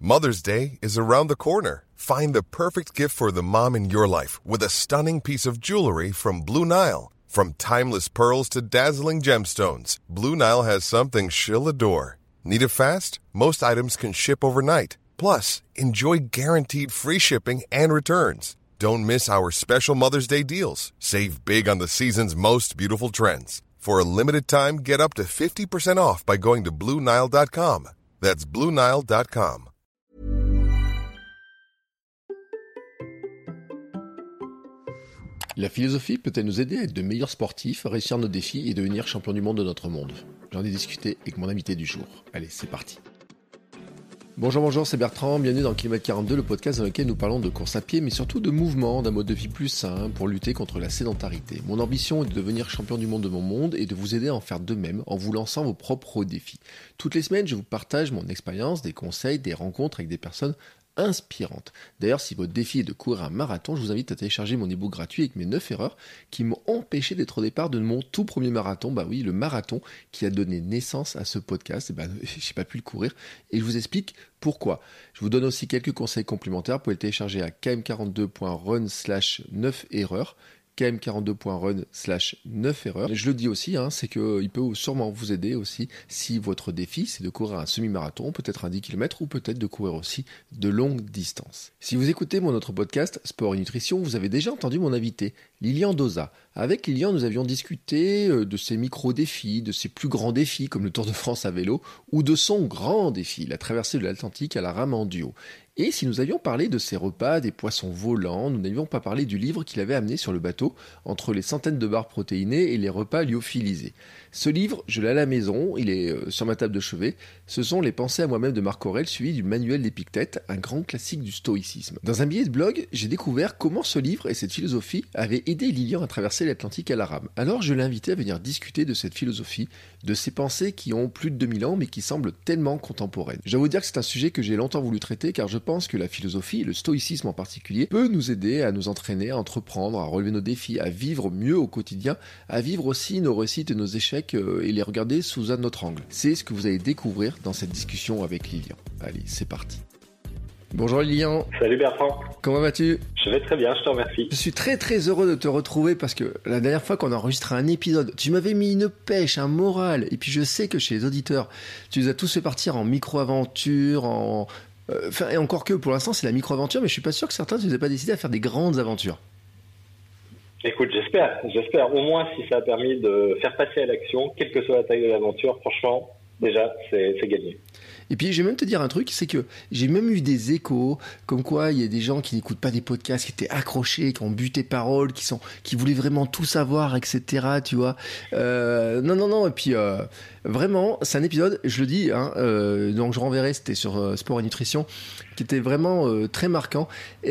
Mother's Day is around the corner. Find the perfect gift for the mom in your life with a stunning piece of jewelry from Blue Nile. From timeless pearls to dazzling gemstones, Blue Nile has something she'll adore. Need it fast? Most items can ship overnight. Plus, enjoy guaranteed free shipping and returns. Don't miss our special Mother's Day deals. Save big on the season's most beautiful trends. For a limited time, get up to 50% off by going to BlueNile.com. That's BlueNile.com. La philosophie peut-elle nous aider à être de meilleurs sportifs, à réussir nos défis et devenir champion du monde de notre monde? J'en ai discuté avec mon invité du jour. Allez, c'est parti. Bonjour, c'est Bertrand, bienvenue dans Kilomètre 42, le podcast dans lequel nous parlons de course à pied, mais surtout de mouvement, d'un mode de vie plus sain pour lutter contre la sédentarité. Mon ambition est de devenir champion du monde de mon monde et de vous aider à en faire de même en vous lançant vos propres défis. Toutes les semaines, je vous partage mon expérience, des conseils, des rencontres avec des personnes inspirante. D'ailleurs, si votre défi est de courir un marathon, je vous invite à télécharger mon ebook gratuit avec mes 9 erreurs qui m'ont empêché d'être au départ de mon tout premier marathon. Bah oui, le marathon qui a donné naissance à ce podcast. J'ai pas pu le courir et je vous explique pourquoi. Je vous donne aussi quelques conseils complémentaires. Vous pouvez le télécharger à km42.run/9erreurs. km42.run/9erreurs. Je le dis aussi, c'est qu'il peut sûrement vous aider aussi si votre défi c'est de courir un semi-marathon, peut-être un 10 km ou peut-être de courir aussi de longues distances. Si vous écoutez mon autre podcast Sport et Nutrition, vous avez déjà entendu mon invité, Lilian Dauzat. Avec Lilian, nous avions discuté de ses micro-défis, de ses plus grands défis comme le Tour de France à vélo ou de son grand défi, la traversée de l'Atlantique à la rame en duo. Et si nous avions parlé de ses repas, des poissons volants, nous n'avions pas parlé du livre qu'il avait amené sur le bateau, entre les centaines de barres protéinées et les repas lyophilisés. Ce livre, je l'ai à la maison, il est sur ma table de chevet. Ce sont les pensées à moi-même de Marc Aurèle, suivi du manuel d'Épictète, un grand classique du stoïcisme. Dans un billet de blog, j'ai découvert comment ce livre et cette philosophie avaient aidé Lilian à traverser l'Atlantique à la rame. Alors je l'ai invité à venir discuter de cette philosophie, de ces pensées qui ont plus de 2000 ans mais qui semblent tellement contemporaines. Je dois vous dire que c'est un sujet que j'ai longtemps voulu traiter car je pense que la philosophie, le stoïcisme en particulier, peut nous aider à nous entraîner, à entreprendre, à relever nos défis, à vivre mieux au quotidien, à vivre aussi nos réussites et nos échecs et les regarder sous un autre angle. C'est ce que vous allez découvrir dans cette discussion avec Lilian. Allez, c'est parti. Bonjour Lilian. Salut Bertrand. Comment vas-tu? Je vais très bien, je te remercie. Je suis très très heureux de te retrouver parce que la dernière fois qu'on a enregistré un épisode, tu m'avais mis une pêche, un moral, et puis je sais que chez les auditeurs, tu les as tous fait partir en micro-aventure, et encore que pour l'instant c'est la micro-aventure, mais je suis pas sûr que certains ne les aient pas décidé à faire des grandes aventures. Écoute, j'espère. Au moins si ça a permis de faire passer à l'action, quelle que soit la taille de l'aventure, franchement, déjà, c'est gagné. Et puis je vais même te dire un truc, c'est que j'ai même eu des échos, comme quoi il y a des gens qui n'écoutent pas des podcasts, qui étaient accrochés, qui ont bu tes paroles, qui voulaient vraiment tout savoir, etc. Tu vois. Non. Et puis vraiment, c'est un épisode, je le dis, donc je renverrai, c'était sur Sport et Nutrition, qui était vraiment très marquant.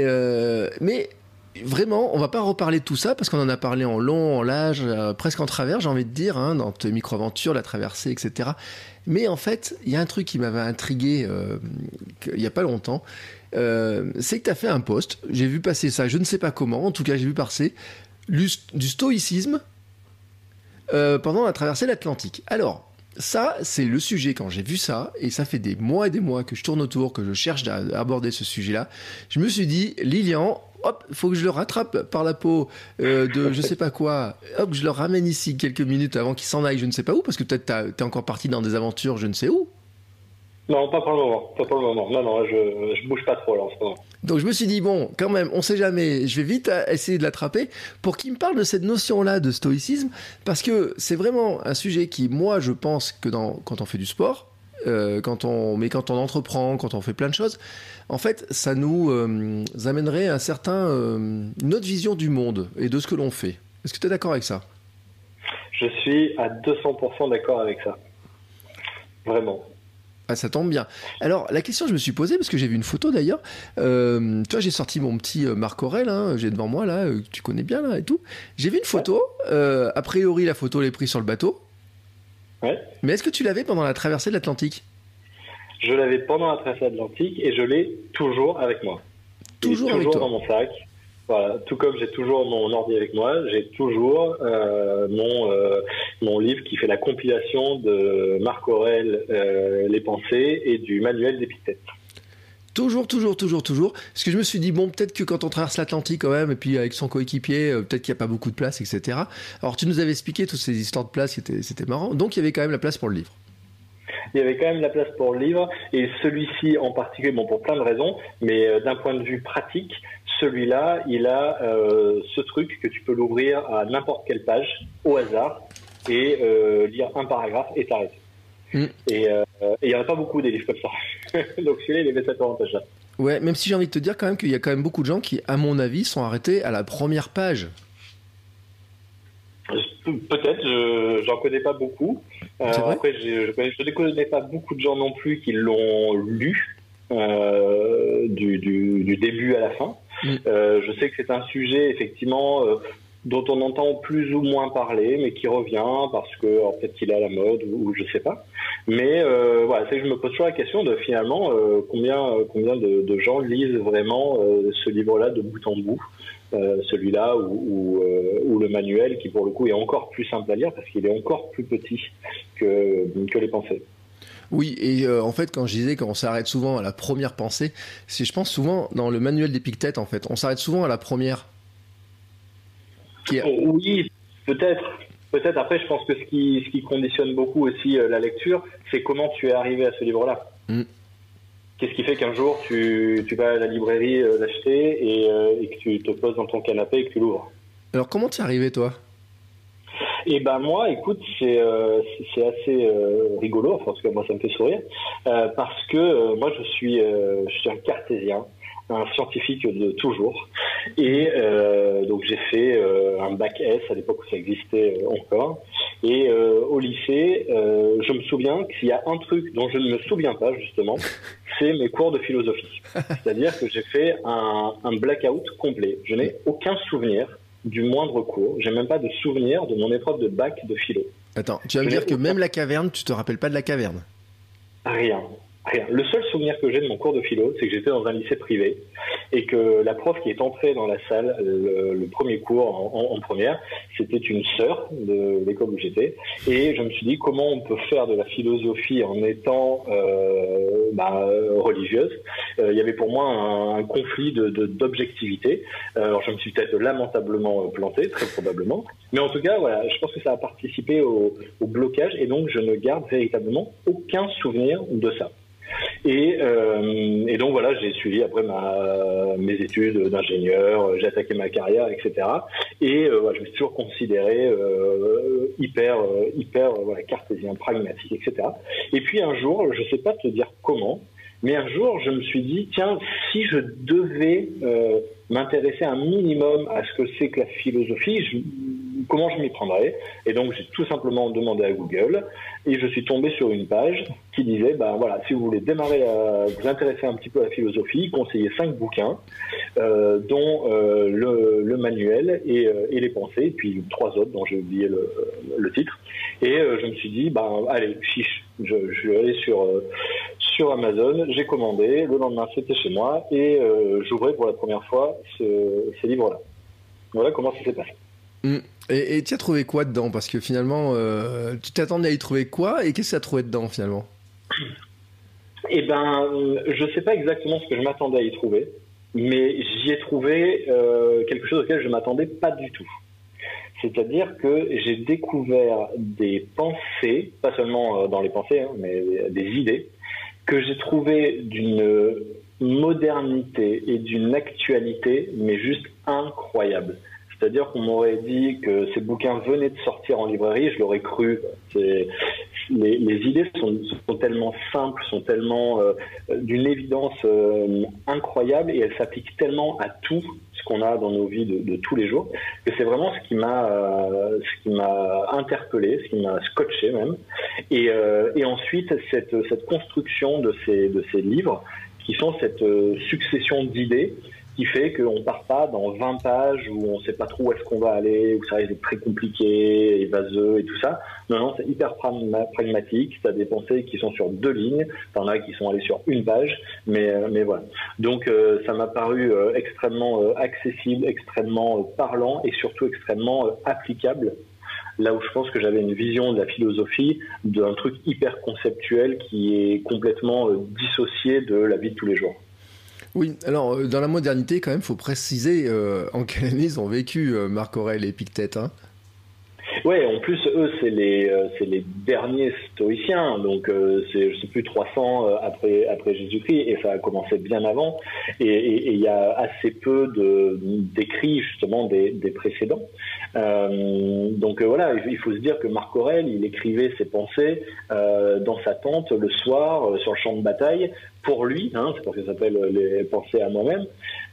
Mais vraiment, on va pas reparler de tout ça parce qu'on en a parlé en long, en large, presque en travers, j'ai envie de dire, dans tes micro-aventures, la traversée, etc. Mais en fait, il y a un truc qui m'avait intrigué il y a pas longtemps, c'est que tu as fait un post, j'ai vu passer ça, je ne sais pas comment, en tout cas j'ai vu passer du stoïcisme pendant la traversée de l'Atlantique. Alors, ça, c'est le sujet quand j'ai vu ça, et ça fait des mois et des mois que je tourne autour, que je cherche à aborder ce sujet-là. Je me suis dit, Lilian, hop, faut que je le rattrape par la peau de je sais pas quoi. Hop, je le ramène ici quelques minutes avant qu'il s'en aille, je ne sais pas où, parce que peut-être t'es encore parti dans des aventures, je ne sais où. Non, pas pour le moment. Non, je bouge pas trop là en ce moment. Donc je me suis dit, bon, quand même, on sait jamais, je vais vite essayer de l'attraper pour qu'il me parle de cette notion-là de stoïcisme, parce que c'est vraiment un sujet qui, moi, je pense que quand on fait du sport, quand on entreprend, quand on fait plein de choses, en fait, ça nous amènerait à une autre vision du monde et de ce que l'on fait. Est-ce que tu es d'accord avec ça? Je suis à 200% d'accord avec ça. Vraiment. Ah, ça tombe bien. Alors, la question que je me suis posée, parce que j'ai vu une photo d'ailleurs, tu vois, j'ai sorti mon petit Marc Aurèle, j'ai devant moi là, que tu connais bien là et tout. J'ai vu une photo, a priori la photo elle est prise sur le bateau. Ouais. Mais est-ce que tu l'avais pendant la traversée de l'Atlantique? Je l'avais pendant la traversée de l'Atlantique et je l'ai toujours avec moi. Toujours avec toi. Dans mon sac. Voilà, tout comme j'ai toujours mon ordi avec moi, j'ai toujours mon livre qui fait la compilation de Marc Aurèle, les pensées et du manuel d'Épictète. Toujours. Parce que je me suis dit, bon, peut-être que quand on traverse l'Atlantique quand même, et puis avec son coéquipier, peut-être qu'il n'y a pas beaucoup de place, etc. Alors, tu nous avais expliqué toutes ces histoires de place, c'était marrant. Donc, il y avait quand même la place pour le livre. Il y avait quand même la place pour le livre, et celui-ci en particulier, bon, pour plein de raisons, mais d'un point de vue pratique, celui-là, il a ce truc que tu peux l'ouvrir à n'importe quelle page, au hasard, et lire un paragraphe et t'arrêter. Et il n'y en a pas beaucoup des livres comme ça. Donc celui-là, il avait cet avantage-là. Ouais, même si j'ai envie de te dire quand même qu'il y a quand même beaucoup de gens qui, à mon avis, sont arrêtés à la première page. Peut-être, j'en connais pas beaucoup. Après, je ne connais pas beaucoup de gens non plus qui l'ont lu du début à la fin. Je sais que c'est un sujet, effectivement, dont on entend plus ou moins parler, mais qui revient parce que peut-être qu'il est à la mode ou je sais pas. Mais voilà, c'est que je me pose toujours la question de finalement combien de gens lisent vraiment ce livre-là de bout en bout, celui-là ou le manuel qui pour le coup est encore plus simple à lire parce qu'il est encore plus petit que les pensées. Oui, et en fait, quand je disais qu'on s'arrête souvent à la première pensée, c'est, je pense, souvent dans le manuel d'Épictète, en fait, on s'arrête souvent à la première. Oui, peut-être. Après, je pense que ce qui conditionne beaucoup aussi la lecture, c'est comment tu es arrivé à ce livre-là. Qu'est-ce qui fait qu'un jour, tu vas à la librairie l'acheter et que tu te poses dans ton canapé et que tu l'ouvres. Alors, comment t'es arrivé, toi ? Eh ben moi, écoute, c'est assez rigolo. Enfin, en tout cas, moi, ça me fait sourire parce que moi, je suis un cartésien, un scientifique de toujours, et donc j'ai fait un bac S à l'époque où ça existait encore. Et au lycée, je me souviens qu'il y a un truc dont je ne me souviens pas justement, c'est mes cours de philosophie. C'est-à-dire que j'ai fait un blackout complet. Je n'ai aucun souvenir du moindre cours. J'ai même pas de souvenir de mon épreuve de bac de philo. Attends, tu vas me dire que même la caverne, tu te rappelles pas de la caverne ? Rien. Le seul souvenir que j'ai de mon cours de philo, c'est que j'étais dans un lycée privé et que la prof qui est entrée dans la salle, le premier cours en première, c'était une sœur de l'école où j'étais. Et je me suis dit comment on peut faire de la philosophie en étant religieuse. Il y avait pour moi un conflit d'objectivité. Alors je me suis peut-être lamentablement planté, très probablement. Mais en tout cas, voilà, je pense que ça a participé au blocage et donc je ne garde véritablement aucun souvenir de ça. Et donc voilà, j'ai suivi après mes études d'ingénieur, j'ai attaqué ma carrière, etc. Et je me suis toujours considéré hyper cartésien, pragmatique, etc. Et puis un jour, je sais pas te dire comment, mais un jour je me suis dit tiens, si je devais m'intéresser un minimum à ce que c'est que la philosophie, comment je m'y prendrais? Et donc j'ai tout simplement demandé à Google et je suis tombé sur une page qui disait si vous voulez vous intéresser un petit peu à la philosophie, conseillez 5 bouquins dont le manuel et les pensées, et puis 3 autres dont j'ai oublié le titre. Et je me suis dit allez, chiche, je suis allé sur Amazon, j'ai commandé, le lendemain c'était chez moi et j'ouvrais pour la première fois ces livres-là. Voilà comment ça s'est passé. Et tu as trouvé quoi dedans ? Parce que finalement, tu t'attendais à y trouver quoi ? Et qu'est-ce que tu as trouvé dedans finalement ? Eh ben, je sais pas exactement ce que je m'attendais à y trouver, mais j'y ai trouvé quelque chose auquel je m'attendais pas du tout. C'est-à-dire que j'ai découvert des pensées, pas seulement dans les pensées, mais des idées, que j'ai trouvées d'une modernité et d'une actualité, mais juste incroyable. C'est-à-dire qu'on m'aurait dit que ces bouquins venaient de sortir en librairie, je l'aurais cru. Les idées sont tellement simples, sont tellement d'une évidence incroyable et elles s'appliquent tellement à tout ce qu'on a dans nos vies de tous les jours que c'est vraiment ce qui m'a interpellé, ce qui m'a scotché même. Et ensuite cette construction de ces livres qui sont cette succession d'idées qui fait qu'on ne part pas dans 20 pages où on ne sait pas trop où est-ce qu'on va aller, où ça risque d'être très compliqué, et vaseux et tout ça. Non, c'est hyper pragmatique. Tu as des pensées qui sont sur 2 lignes, t'en as qui sont allées sur 1 page, mais voilà. Donc ça m'a paru extrêmement accessible, extrêmement parlant et surtout extrêmement applicable. Là où je pense que j'avais une vision de la philosophie d'un truc hyper conceptuel qui est complètement dissocié de la vie de tous les jours. Oui, alors dans la modernité, quand même, faut préciser en quelle année ils ont vécu Marc Aurèle et Épictète. Hein. Ouais, en plus, eux, c'est les derniers stoïciens, donc c'est, je sais plus, 300 après Jésus-Christ, et ça a commencé bien avant, et il y a assez peu d'écrits, justement, des précédents. Donc voilà, il faut se dire que Marc Aurèle, il écrivait ses pensées dans sa tente le soir, sur le champ de bataille, pour lui, hein, c'est pour ça que ça s'appelle les pensées à moi-même.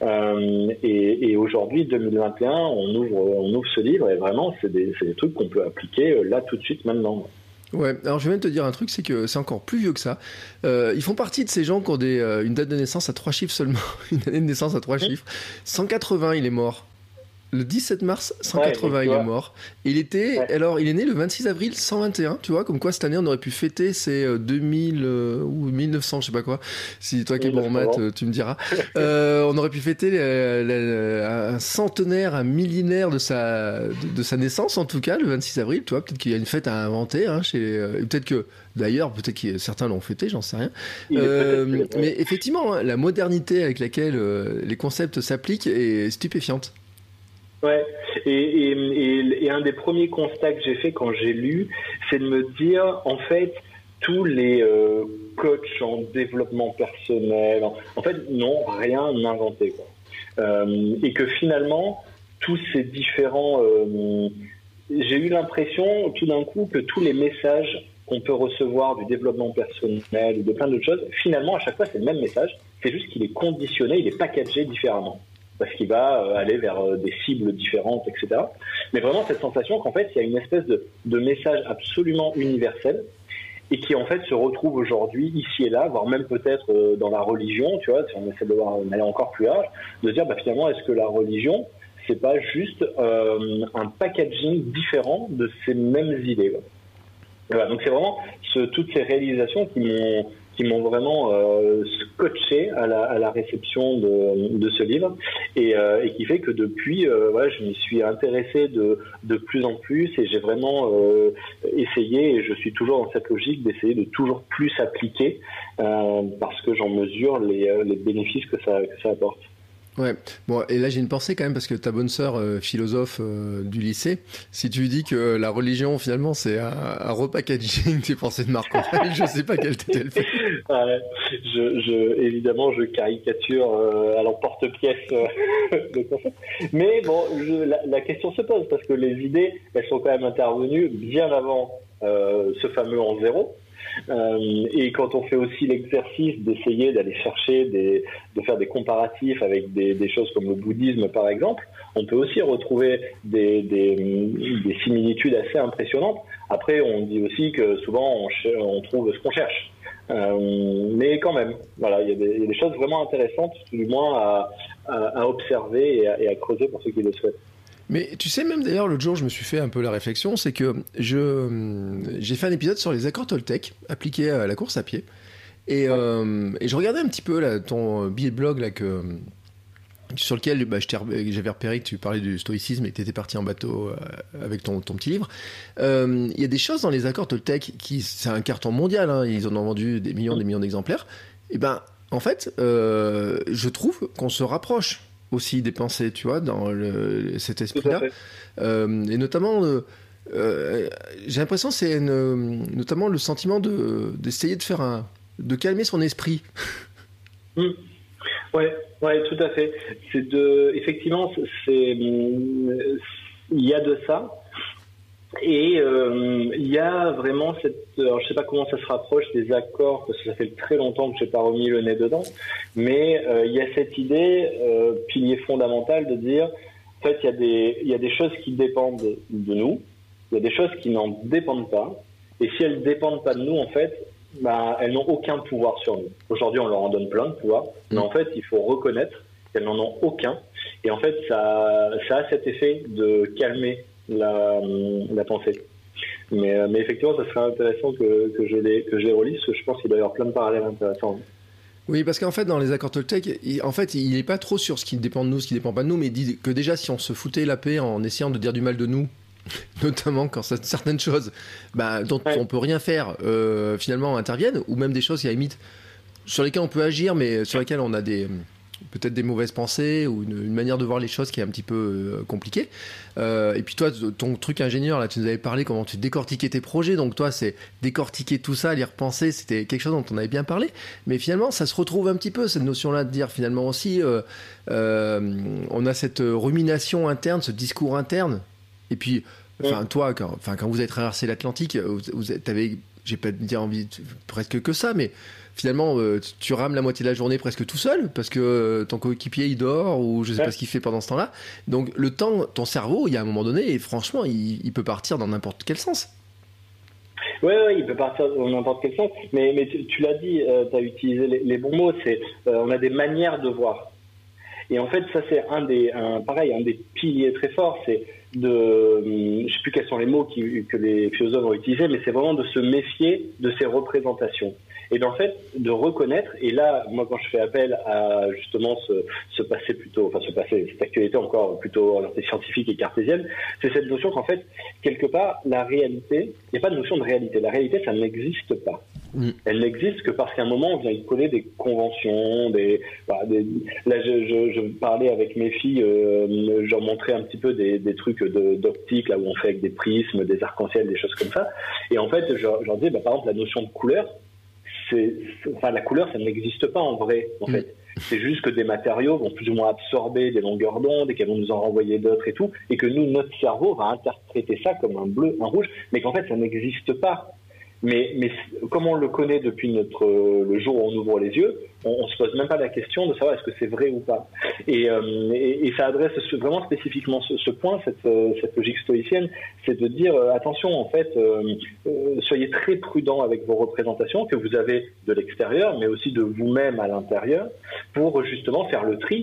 Et aujourd'hui, 2021, on ouvre ce livre et vraiment, c'est des trucs qu'on peut appliquer là tout de suite maintenant. Ouais, alors je vais même te dire un truc, c'est que c'est encore plus vieux que ça. Ils font partie de ces gens qui ont une date de naissance à 3 chiffres seulement, une année de naissance à 3 chiffres. 180, il est mort. Le 17 mars 180, il est mort. Il était, alors, il est né le 26 avril 121, tu vois, comme quoi cette année on aurait pu fêter ses 2000 ou 1900, je sais pas quoi. Si toi qui es bon en maths, tu me diras. On aurait pu fêter un centenaire, un millénaire de sa naissance, en tout cas, le 26 avril. Tu vois, peut-être qu'il y a une fête à inventer, hein, peut-être que, d'ailleurs, peut-être que certains l'ont fêté, j'en sais rien. Mais effectivement, hein, la modernité avec laquelle les concepts s'appliquent est stupéfiante. Ouais, et un des premiers constats que j'ai fait quand j'ai lu, c'est de me dire, en fait, tous les coachs en développement personnel, en fait, n'ont rien inventé, quoi. Et que finalement, tous ces différents... j'ai eu l'impression, tout d'un coup, que tous les messages qu'on peut recevoir du développement personnel ou de plein d'autres choses, finalement, à chaque fois, c'est le même message, c'est juste qu'il est conditionné, il est packagé différemment. Parce qu'il va aller vers des cibles différentes, etc. Mais vraiment cette sensation qu'en fait, il y a une espèce de message absolument universel et qui en fait se retrouve aujourd'hui ici et là, voire même peut-être dans la religion, tu vois, si on essaie de voir aller encore plus large, de se dire finalement, est-ce que la religion, c'est pas juste un packaging différent de ces mêmes idées, quoi. Voilà, donc c'est vraiment toutes ces réalisations qui m'ont vraiment scotché à la réception de ce livre et qui fait que depuis je m'y suis intéressé de plus en plus et j'ai vraiment essayé et je suis toujours dans cette logique d'essayer de toujours plus appliquer parce que j'en mesure les bénéfices que ça apporte. Ouais, bon, et là j'ai une pensée quand même parce que ta bonne sœur philosophe du lycée, si tu lui dis que la religion finalement c'est un repackaging des pensées de Marc Aurèle, je sais pas quelle tête elle fait. Évidemment, je caricature à l'emporte-pièce le concept. Mais bon, la question se pose parce que les idées, elles sont quand même intervenues bien avant ce fameux en zéro. Et quand on fait aussi l'exercice d'essayer d'aller chercher de faire des comparatifs avec des choses comme le bouddhisme par exemple, on peut aussi retrouver des similitudes assez impressionnantes. Après, on dit aussi que souvent on trouve ce qu'on cherche. Mais quand même, voilà, il y a des choses vraiment intéressantes, tout du moins à observer et à creuser pour ceux qui le souhaitent. Mais tu sais, même d'ailleurs, l'autre jour, je me suis fait un peu la réflexion, c'est que j'ai fait un épisode sur les accords Toltec appliqués à la course à pied. Et je regardais un petit peu là, ton billet de blog là, sur lequel j'avais repéré que tu parlais du stoïcisme et que tu étais parti en bateau avec ton petit livre. Il y a des choses dans les accords Toltec c'est un carton mondial, hein, ils en ont vendu des millions d'exemplaires. Et en fait, je trouve qu'on se rapproche aussi des pensées, tu vois, dans cet esprit-là. Et notamment, j'ai l'impression que c'est notamment le sentiment d'essayer de calmer son esprit. Ouais, tout à fait. Effectivement, il y a de ça. Et il y a vraiment alors je sais pas comment ça se rapproche des accords parce que ça fait très longtemps que j'ai pas remis le nez dedans, mais il y a cette idée pilier fondamental de dire en fait il y a des choses qui dépendent de nous, il y a des choses qui n'en dépendent pas, et si elles dépendent pas de nous en fait, elles n'ont aucun pouvoir sur nous. Aujourd'hui on leur en donne plein de pouvoir, mais en fait il faut reconnaître qu'elles n'en ont aucun, et en fait ça a cet effet de calmer la pensée. Mais effectivement, ça serait intéressant que je les relise, parce que je pense qu'il doit y avoir plein de parallèles intéressants. Oui, parce qu'en fait, dans les accords Toltec, il n'est pas trop sur ce qui dépend de nous, ce qui ne dépend pas de nous, mais il dit que déjà, si on se foutait la paix en essayant de dire du mal de nous, notamment quand certaines choses dont on ne peut rien faire, finalement, interviennent, ou même des choses qui, à la limite, sur lesquelles on peut agir, mais sur lesquelles on a des peut-être des mauvaises pensées ou une manière de voir les choses qui est un petit peu compliquée. Et puis toi, ton truc ingénieur, là, tu nous avais parlé comment tu décortiquais tes projets. Donc toi, c'est décortiquer tout ça, les repenser, c'était quelque chose dont on avait bien parlé. Mais finalement, ça se retrouve un petit peu, cette notion-là de dire finalement aussi, on a cette rumination interne, ce discours interne. Et puis, toi, quand vous avez traversé l'Atlantique, vous avez, j'ai pas dire envie presque que ça, mais finalement, tu rames la moitié de la journée presque tout seul parce que ton coéquipier il dort ou je sais pas ce qu'il fait pendant ce temps-là. Donc le temps, ton cerveau, il y a un moment donné, et franchement, il peut partir dans n'importe quel sens. Oui, il peut partir dans n'importe quel sens. Mais tu l'as dit, tu as utilisé les bons mots. On a des manières de voir. Et en fait, ça c'est un des piliers très forts. C'est je sais plus quels sont les mots que les philosophes ont utilisés, mais c'est vraiment de se méfier de ces représentations. Et d'en fait, de reconnaître, et là, moi, quand je fais appel à justement cette actualité encore plutôt orientée scientifique et cartésienne, c'est cette notion qu'en fait, quelque part, la réalité, il n'y a pas de notion de réalité. La réalité, ça n'existe pas. Elle n'existe que parce qu'à un moment, on vient y coller des conventions, là, je parlais avec mes filles, je leur montrais un petit peu des trucs d'optique, là où on fait avec des prismes, des arcs-en-ciel, des choses comme ça. Et en fait, je leur disais, par exemple, la notion de couleur, la couleur, ça n'existe pas en vrai, en fait. C'est juste que des matériaux vont plus ou moins absorber des longueurs d'onde et qu'elles vont nous en renvoyer d'autres et tout, et que nous, notre cerveau va interpréter ça comme un bleu, un rouge, mais qu'en fait, ça n'existe pas. Mais comme on le connaît depuis le jour où on ouvre les yeux, on se pose même pas la question de savoir est-ce que c'est vrai ou pas. Et ça adresse vraiment spécifiquement ce point, cette logique stoïcienne, c'est de dire attention, en fait, soyez très prudents avec vos représentations que vous avez de l'extérieur, mais aussi de vous-même à l'intérieur, pour justement faire le tri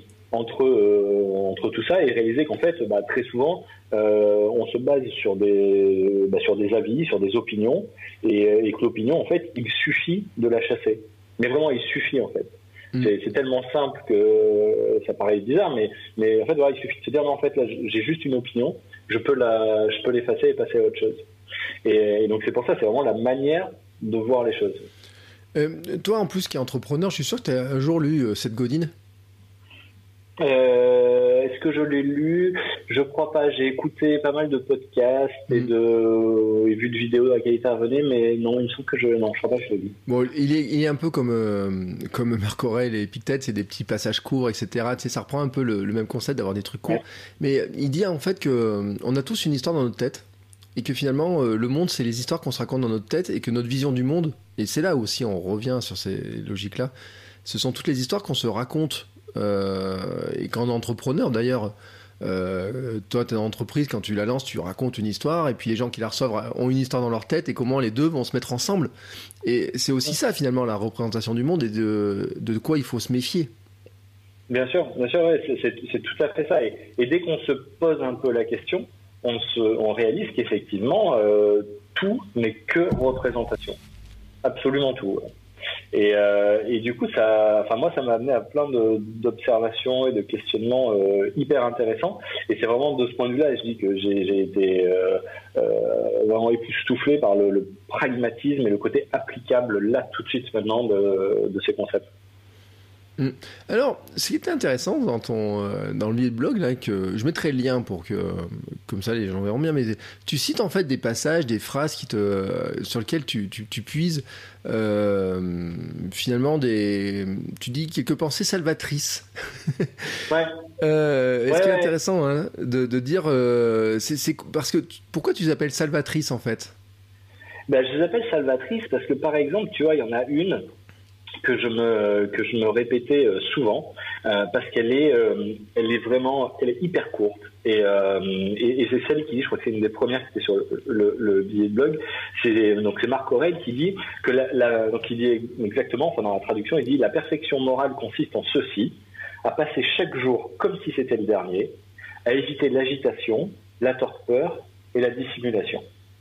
entre tout ça et réaliser qu'en fait, très souvent, on se base sur des avis, sur des opinions, et que l'opinion, en fait, il suffit de la chasser. Mais vraiment, il suffit, en fait. C'est tellement simple que ça paraît bizarre, mais en fait, voilà, il suffit de se dire, non, en fait, là, j'ai juste une opinion, je peux l'effacer et passer à autre chose. Et donc, c'est pour ça, c'est vraiment la manière de voir les choses. Toi, en plus, qui est entrepreneur, je suis sûr que tu as un jour lu Seth Godin. Est-ce que je l'ai lu? Je crois pas. J'ai écouté pas mal de podcasts et vu de vidéos à laquelle il intervenait, mais non, il me semble que je crois pas que je l'ai lu. Bon, il est un peu comme Marc Aurèle et Épictète, c'est des petits passages courts, etc. Tu sais, ça reprend un peu le même concept d'avoir des trucs courts. Ouais. Mais il dit en fait que on a tous une histoire dans notre tête et que finalement le monde, c'est les histoires qu'on se raconte dans notre tête et que notre vision du monde, et c'est là aussi on revient sur ces logiques-là, ce sont toutes les histoires qu'on se raconte. Et quand on est entrepreneur d'ailleurs, toi t'es dans l'entreprise, quand tu la lances tu racontes une histoire et puis les gens qui la reçoivent ont une histoire dans leur tête et comment les deux vont se mettre ensemble, et c'est aussi ça finalement la représentation du monde et de quoi il faut se méfier. Bien sûr, ouais, c'est tout à fait ça, et dès qu'on se pose un peu la question, on réalise qu'effectivement tout n'est que représentation, absolument tout, ouais. Et du coup, moi, ça m'a amené à plein d'observations et de questionnements hyper intéressants. Et c'est vraiment de ce point de vue-là, je dis que j'ai été vraiment époustouflé par le pragmatisme et le côté applicable là, tout de suite, maintenant, de ces concepts. Alors, ce qui était intéressant dans le billet de blog, là, que je mettrai le lien pour que, comme ça, les gens verront bien, mais tu cites en fait des passages, des phrases sur lesquelles tu puises finalement tu dis quelques pensées salvatrices. Ouais. Ce qui est intéressant de dire, c'est parce que pourquoi tu les appelles salvatrices en fait? Je les appelle salvatrices parce que par exemple, tu vois, il y en a une que je me répétais souvent parce qu'elle est hyper courte et c'est celle qui dit, je crois que c'est une des premières qui était sur le billet de blog, c'est Marc Aurèle qui dit que donc il dit exactement, dans la traduction, il dit: la perfection morale consiste en ceci, à passer chaque jour comme si c'était le dernier, à éviter l'agitation, la torpeur et la dissimulation.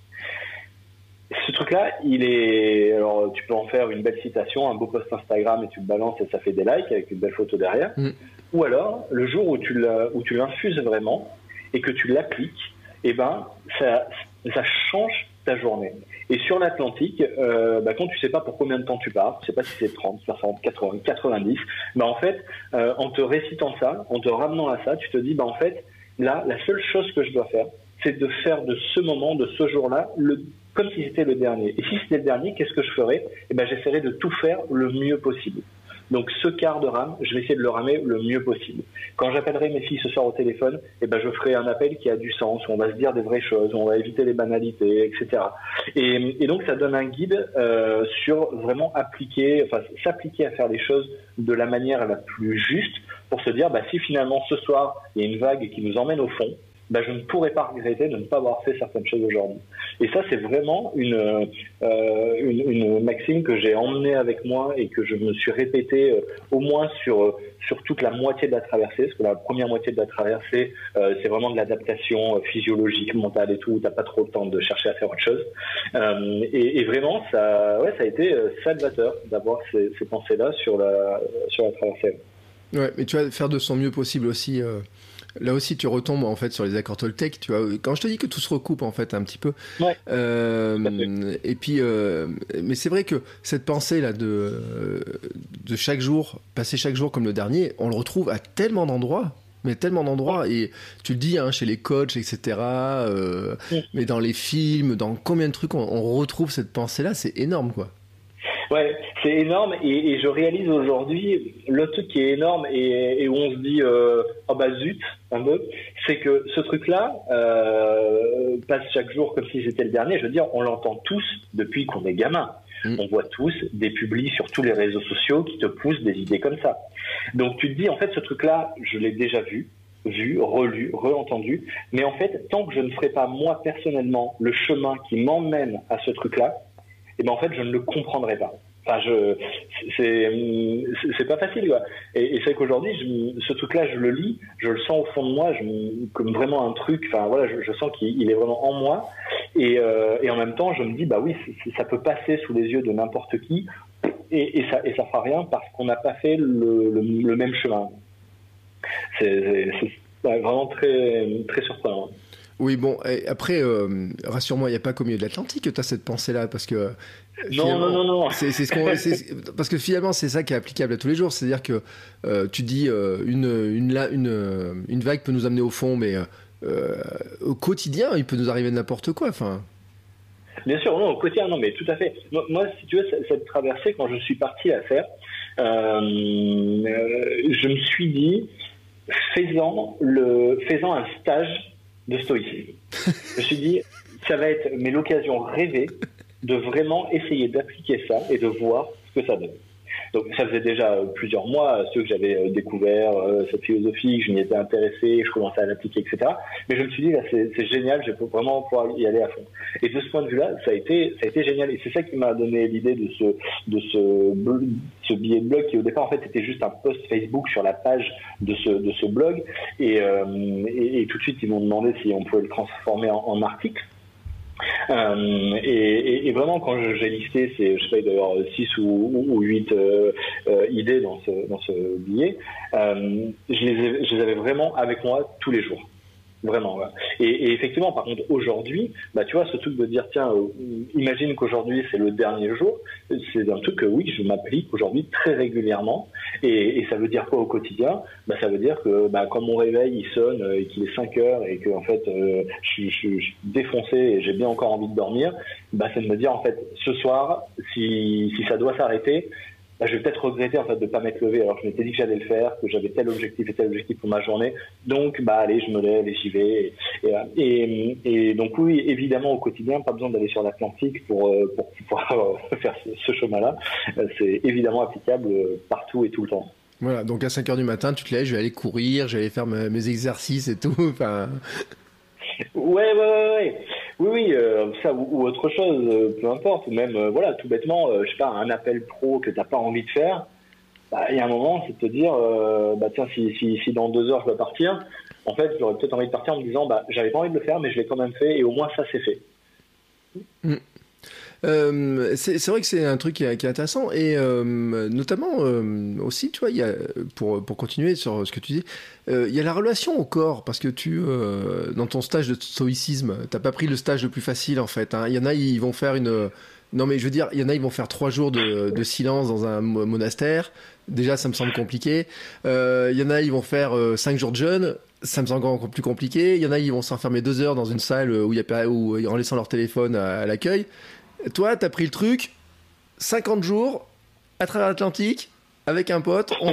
Ce truc-là, alors tu peux en faire une belle citation, un beau post Instagram et tu le balances et ça fait des likes avec une belle photo derrière. Ou alors, le jour où tu l'infuses vraiment et que tu l'appliques, ça change ta journée. Et sur l'Atlantique, quand tu sais pas pour combien de temps tu pars, tu sais pas si c'est 30, 60, 80, 90, en fait, en te récitant ça, en te ramenant à ça, tu te dis, en fait, là, la seule chose que je dois faire, c'est de faire de ce moment, de ce jour-là, comme si c'était le dernier. Et si c'était le dernier, qu'est-ce que je ferais? J'essaierais de tout faire le mieux possible. Donc ce quart de rame, je vais essayer de le ramer le mieux possible. Quand j'appellerai mes filles ce soir au téléphone, je ferai un appel qui a du sens, où on va se dire des vraies choses, où on va éviter les banalités, etc. Et donc ça donne un guide sur vraiment s'appliquer à faire les choses de la manière la plus juste, pour se dire si finalement ce soir il y a une vague qui nous emmène au fond, je ne pourrais pas regretter de ne pas avoir fait certaines choses aujourd'hui. Et ça, c'est vraiment une maxime que j'ai emmenée avec moi et que je me suis répétée au moins sur toute la moitié de la traversée, parce que la première moitié de la traversée, c'est vraiment de l'adaptation physiologique, mentale et tout, où t'as pas trop le temps de chercher à faire autre chose. Et vraiment, ça a été salvateur d'avoir ces pensées-là sur la traversée. Ouais, mais tu vas faire de son mieux possible aussi. Là aussi, tu retombes en fait sur les accords Toltec. Tu vois, quand je te dis que tout se recoupe en fait un petit peu. Ouais. Et puis, mais c'est vrai que cette pensée là de chaque jour, passer chaque jour comme le dernier, on le retrouve à tellement d'endroits. Mais tellement d'endroits, et tu le dis chez les coachs, etc. Mais dans les films, dans combien de trucs on retrouve cette pensée-là, c'est énorme, quoi. Ouais, c'est énorme, et je réalise aujourd'hui le truc qui est énorme et où on se dit zut un peu, c'est que ce truc-là passe chaque jour comme si c'était le dernier. Je veux dire, on l'entend tous depuis qu'on est gamin. On voit tous des publis sur tous les réseaux sociaux qui te poussent des idées comme ça. Donc tu te dis, en fait, ce truc-là, je l'ai déjà vu, relu, re-entendu, mais en fait, tant que je ne ferai pas moi personnellement le chemin qui m'emmène à ce truc-là, en fait, je ne le comprendrai pas. Enfin, c'est pas facile, quoi. Et c'est qu'aujourd'hui, ce truc-là, je le lis, je le sens au fond de moi, comme vraiment un truc. Enfin, voilà, je sens qu'il est vraiment en moi. Et en même temps, je me dis, oui, ça peut passer sous les yeux de n'importe qui, et ça fera rien parce qu'on n'a pas fait le même chemin. C'est vraiment très, très surprenant. Oui, bon, après, rassure-moi, il n'y a pas qu'au milieu de l'Atlantique que tu as cette pensée-là, parce que... Non. Parce que finalement, c'est ça qui est applicable à tous les jours. C'est-à-dire que tu dis une vague peut nous amener au fond, mais au quotidien, il peut nous arriver n'importe quoi. Enfin. Bien sûr, non, au quotidien, non, mais tout à fait. Moi, si tu veux, cette traversée, quand je suis parti la faire, je me suis dit, faisant un stage de stoïcisme. Je me suis dit, ça va être l'occasion rêvée de vraiment essayer d'appliquer ça et de voir ce que ça donne. Donc ça faisait déjà plusieurs mois que j'avais découvert cette philosophie, que je m'y étais intéressé, que je commençais à l'appliquer, etc. Mais je me suis dit, là, c'est génial, je vais vraiment pouvoir y aller à fond. Et de ce point de vue-là, ça a été génial. Et c'est ça qui m'a donné l'idée de ce billet de blog qui, au départ, en fait, était juste un post Facebook sur la page de ce blog. Et tout de suite, ils m'ont demandé si on pouvait le transformer en article. Et vraiment, quand j'ai listé ces, je sais pas, d'ailleurs 6 ou 8 idées dans ce billet, je les avais vraiment avec moi tous les jours. Vraiment, ouais. Et effectivement, par contre, aujourd'hui, tu vois, ce truc de dire, tiens, imagine qu'aujourd'hui c'est le dernier jour, c'est un truc que oui, je m'applique aujourd'hui très régulièrement. Et ça veut dire quoi au quotidien? Ça veut dire que quand mon réveil il sonne et qu'il est 5 heures et que en fait je suis défoncé et j'ai bien encore envie de dormir, c'est de me dire en fait ce soir, si ça doit s'arrêter, je vais peut-être regretter en fait de pas m'être levé alors que je m'étais dit que j'allais le faire, que j'avais tel objectif et tel objectif pour ma journée. Donc allez, je me lève et j'y vais. Et donc oui, évidemment au quotidien, pas besoin d'aller sur l'Atlantique pour pouvoir faire ce chemin-là. C'est évidemment applicable partout et tout le temps. Voilà, donc à 5h du matin, tu te lèves, je vais aller courir, je vais aller faire mes exercices et tout. Enfin... Ouais. Oui, ça ou autre chose, peu importe. Ou même, voilà, tout bêtement, je sais pas, un appel pro que t'as pas envie de faire. Il y a un moment, c'est de te dire, tiens, si dans 2 heures je dois partir, en fait, j'aurais peut-être envie de partir en me disant, j'avais pas envie de le faire, mais je l'ai quand même fait, et au moins ça c'est fait. C'est vrai que c'est un truc qui est intéressant et notamment aussi, tu vois, il y a, pour continuer sur ce que tu dis, il y a la relation au corps parce que dans ton stage de stoïcisme, t'as pas pris le stage le plus facile en fait. Hein. Il y en a, ils vont faire non mais je veux dire, il y en a, ils vont faire 3 jours de silence dans un monastère. Déjà, ça me semble compliqué. Il y en a, ils vont faire 5 jours de jeûne. Ça me semble encore plus compliqué. Il y en a, ils vont s'enfermer 2 heures dans une salle en laissant leur téléphone à l'accueil. Toi, t'as pris le truc, 50 jours, à travers l'Atlantique, avec un pote, on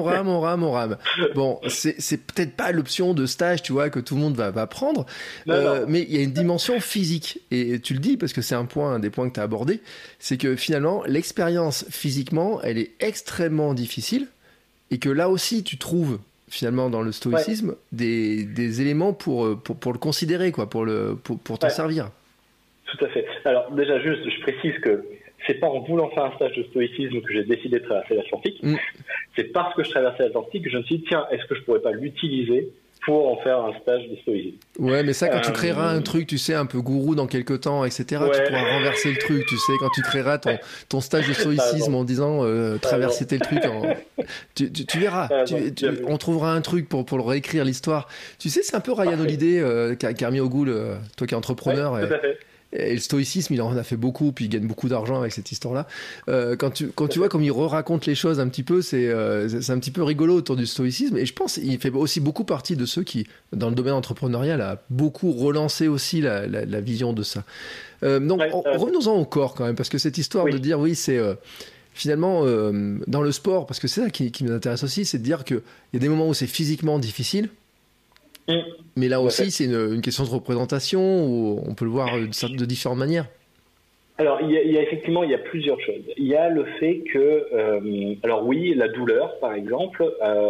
rame. Bon, c'est peut-être pas l'option de stage, tu vois, que tout le monde va prendre, non. Mais il y a une dimension physique. Et tu le dis, parce que c'est un des points que tu as abordé, c'est que finalement, l'expérience physiquement, elle est extrêmement difficile, et que là aussi, tu trouves, finalement, dans le stoïcisme, des éléments pour le considérer, quoi, pour t'en servir. Tout à fait. Alors déjà, juste, je précise que c'est pas en voulant faire un stage de stoïcisme que j'ai décidé de traverser l'Atlantique. C'est parce que je traversais l'Atlantique que je me suis dit, tiens, est-ce que je pourrais pas l'utiliser pour en faire un stage de stoïcisme? Ouais, mais ça, quand tu créeras un truc, tu sais, un peu gourou dans quelques temps, etc., tu pourras renverser le truc, tu sais, quand tu créeras ton stage de stoïcisme en disant traverser tel truc. Tu verras, on trouvera un truc pour le réécrire l'histoire. Tu sais, c'est un peu Ryan Holiday qui a remis au goût, toi qui es entrepreneur. Tout à fait. Et le stoïcisme, il en a fait beaucoup, puis il gagne beaucoup d'argent avec cette histoire-là. Quand tu vois comme il raconte les choses un petit peu, c'est un petit peu rigolo autour du stoïcisme. Et je pense qu'il fait aussi beaucoup partie de ceux qui, dans le domaine entrepreneurial, a beaucoup relancé aussi la vision de ça. Donc, revenons-en au corps quand même, parce que cette histoire de dire, oui, c'est... finalement, dans le sport, parce que c'est ça qui m'intéresse aussi, c'est de dire qu'il y a des moments où c'est physiquement difficile, mais là aussi, c'est une question de représentation où on peut le voir de différentes manières. Alors, il y a effectivement, il y a plusieurs choses. Il y a le fait que, alors oui, la douleur, par exemple,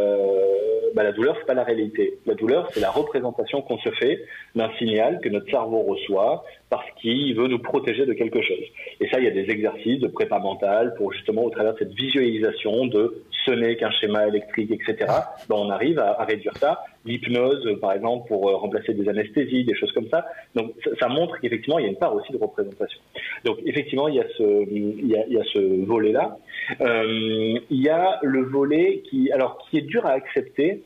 la douleur, c'est pas la réalité. La douleur, c'est la représentation qu'on se fait d'un signal que notre cerveau reçoit parce qu'il veut nous protéger de quelque chose. Et ça, il y a des exercices de prépa mentale pour justement, au travers de cette visualisation de ce n'est qu'un schéma électrique, etc., on arrive à réduire ça. L'hypnose, par exemple, pour remplacer des anesthésies, des choses comme ça. Donc, ça montre qu'effectivement, il y a une part aussi de représentation. Donc, effectivement, il y a ce volet-là. Il y a le volet qui est dur à accepter.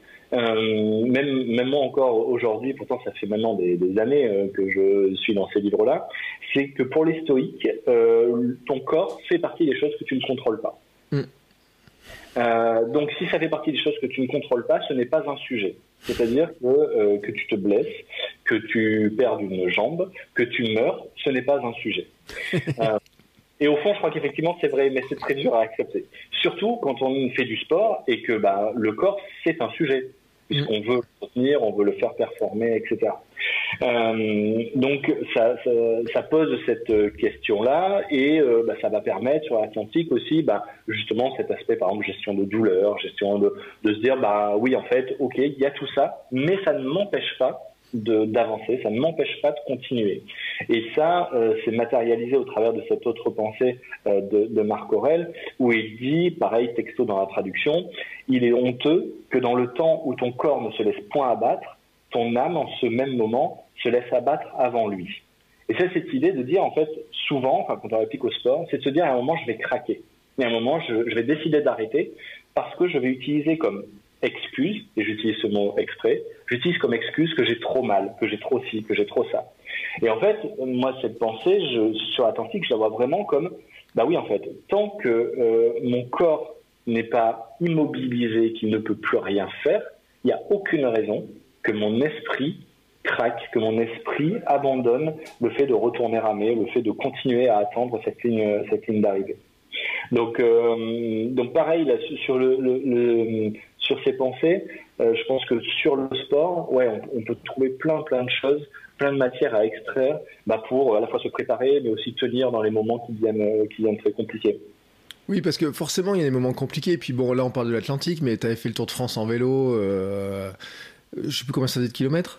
Même moi encore aujourd'hui, pourtant ça fait maintenant des années que je suis dans ces livres-là, c'est que pour les stoïques, ton corps fait partie des choses que tu ne contrôles pas. Donc si ça fait partie des choses que tu ne contrôles pas, ce n'est pas un sujet. C'est-à-dire que tu te blesses, que tu perds une jambe, que tu meurs, ce n'est pas un sujet. Et au fond, je crois qu'effectivement, c'est vrai, mais c'est très dur à accepter. Surtout quand on fait du sport et que le corps, c'est un sujet. Puisqu'on veut le soutenir, on veut le faire performer, etc. Donc, ça pose cette question-là et ça va permettre sur l'Atlantique aussi, justement, cet aspect, par exemple, gestion de douleur, gestion de se dire, oui, en fait, ok, il y a tout ça, mais ça ne m'empêche pas d'avancer, ça ne m'empêche pas de continuer. Et ça, c'est matérialisé au travers de cette autre pensée de Marc Aurèle, où il dit, pareil, texto dans la traduction, il est honteux que dans le temps où ton corps ne se laisse point abattre, ton âme, en ce même moment, se laisse abattre avant lui. Et c'est cette idée de dire, en fait, souvent, quand on réplique au sport, c'est de se dire, à un moment, je vais craquer. Et à un moment, je vais décider d'arrêter parce que je vais utiliser comme excuse, et j'utilise ce mot exprès, j'utilise comme excuse que j'ai trop mal, que j'ai trop ci, que j'ai trop ça. Et en fait, moi, cette pensée, sur l'Atlantique, je la vois vraiment comme, oui, en fait, tant que mon corps n'est pas immobilisé, qu'il ne peut plus rien faire, il n'y a aucune raison que mon esprit craque, que mon esprit abandonne le fait de retourner ramer, le fait de continuer à attendre cette ligne d'arrivée. Donc pareil, là, sur ces pensées, je pense que sur le sport, on peut trouver plein de choses, plein de matières à extraire, pour à la fois se préparer, mais aussi tenir dans les moments qui viennent très compliqués. Oui, parce que forcément, il y a des moments compliqués. Et puis bon, là, on parle de l'Atlantique, mais tu avais fait le Tour de France en vélo, je sais plus combien ça faisait de kilomètres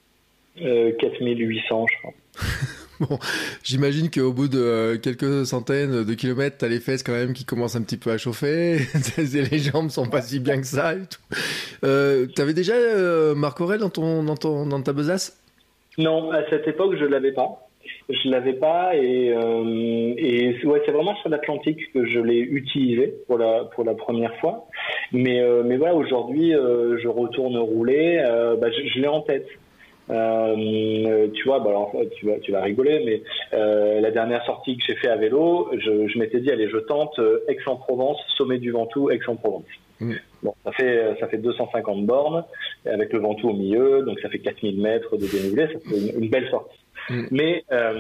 4800, je crois. Bon, j'imagine qu'au bout de quelques centaines de kilomètres, t'as les fesses quand même qui commencent un petit peu à chauffer, les jambes sont pas si bien que ça et tout. T'avais déjà Marc Aurèle dans ta besace ? Non, à cette époque, je l'avais pas. Je l'avais pas et ouais, c'est vraiment sur l'Atlantique que je l'ai utilisé pour la première fois. Mais voilà, aujourd'hui, je retourne rouler. Je l'ai en tête. Tu vois, alors tu vas rigoler, mais la dernière sortie que j'ai fait à vélo, je m'étais dit allez, je tente Aix-en-Provence, sommet du Ventoux, Aix-en-Provence. Bon, ça fait 250 bornes avec le Ventoux au milieu, donc ça fait 4000 mètres de dénivelé, ça fait une belle sortie. Mais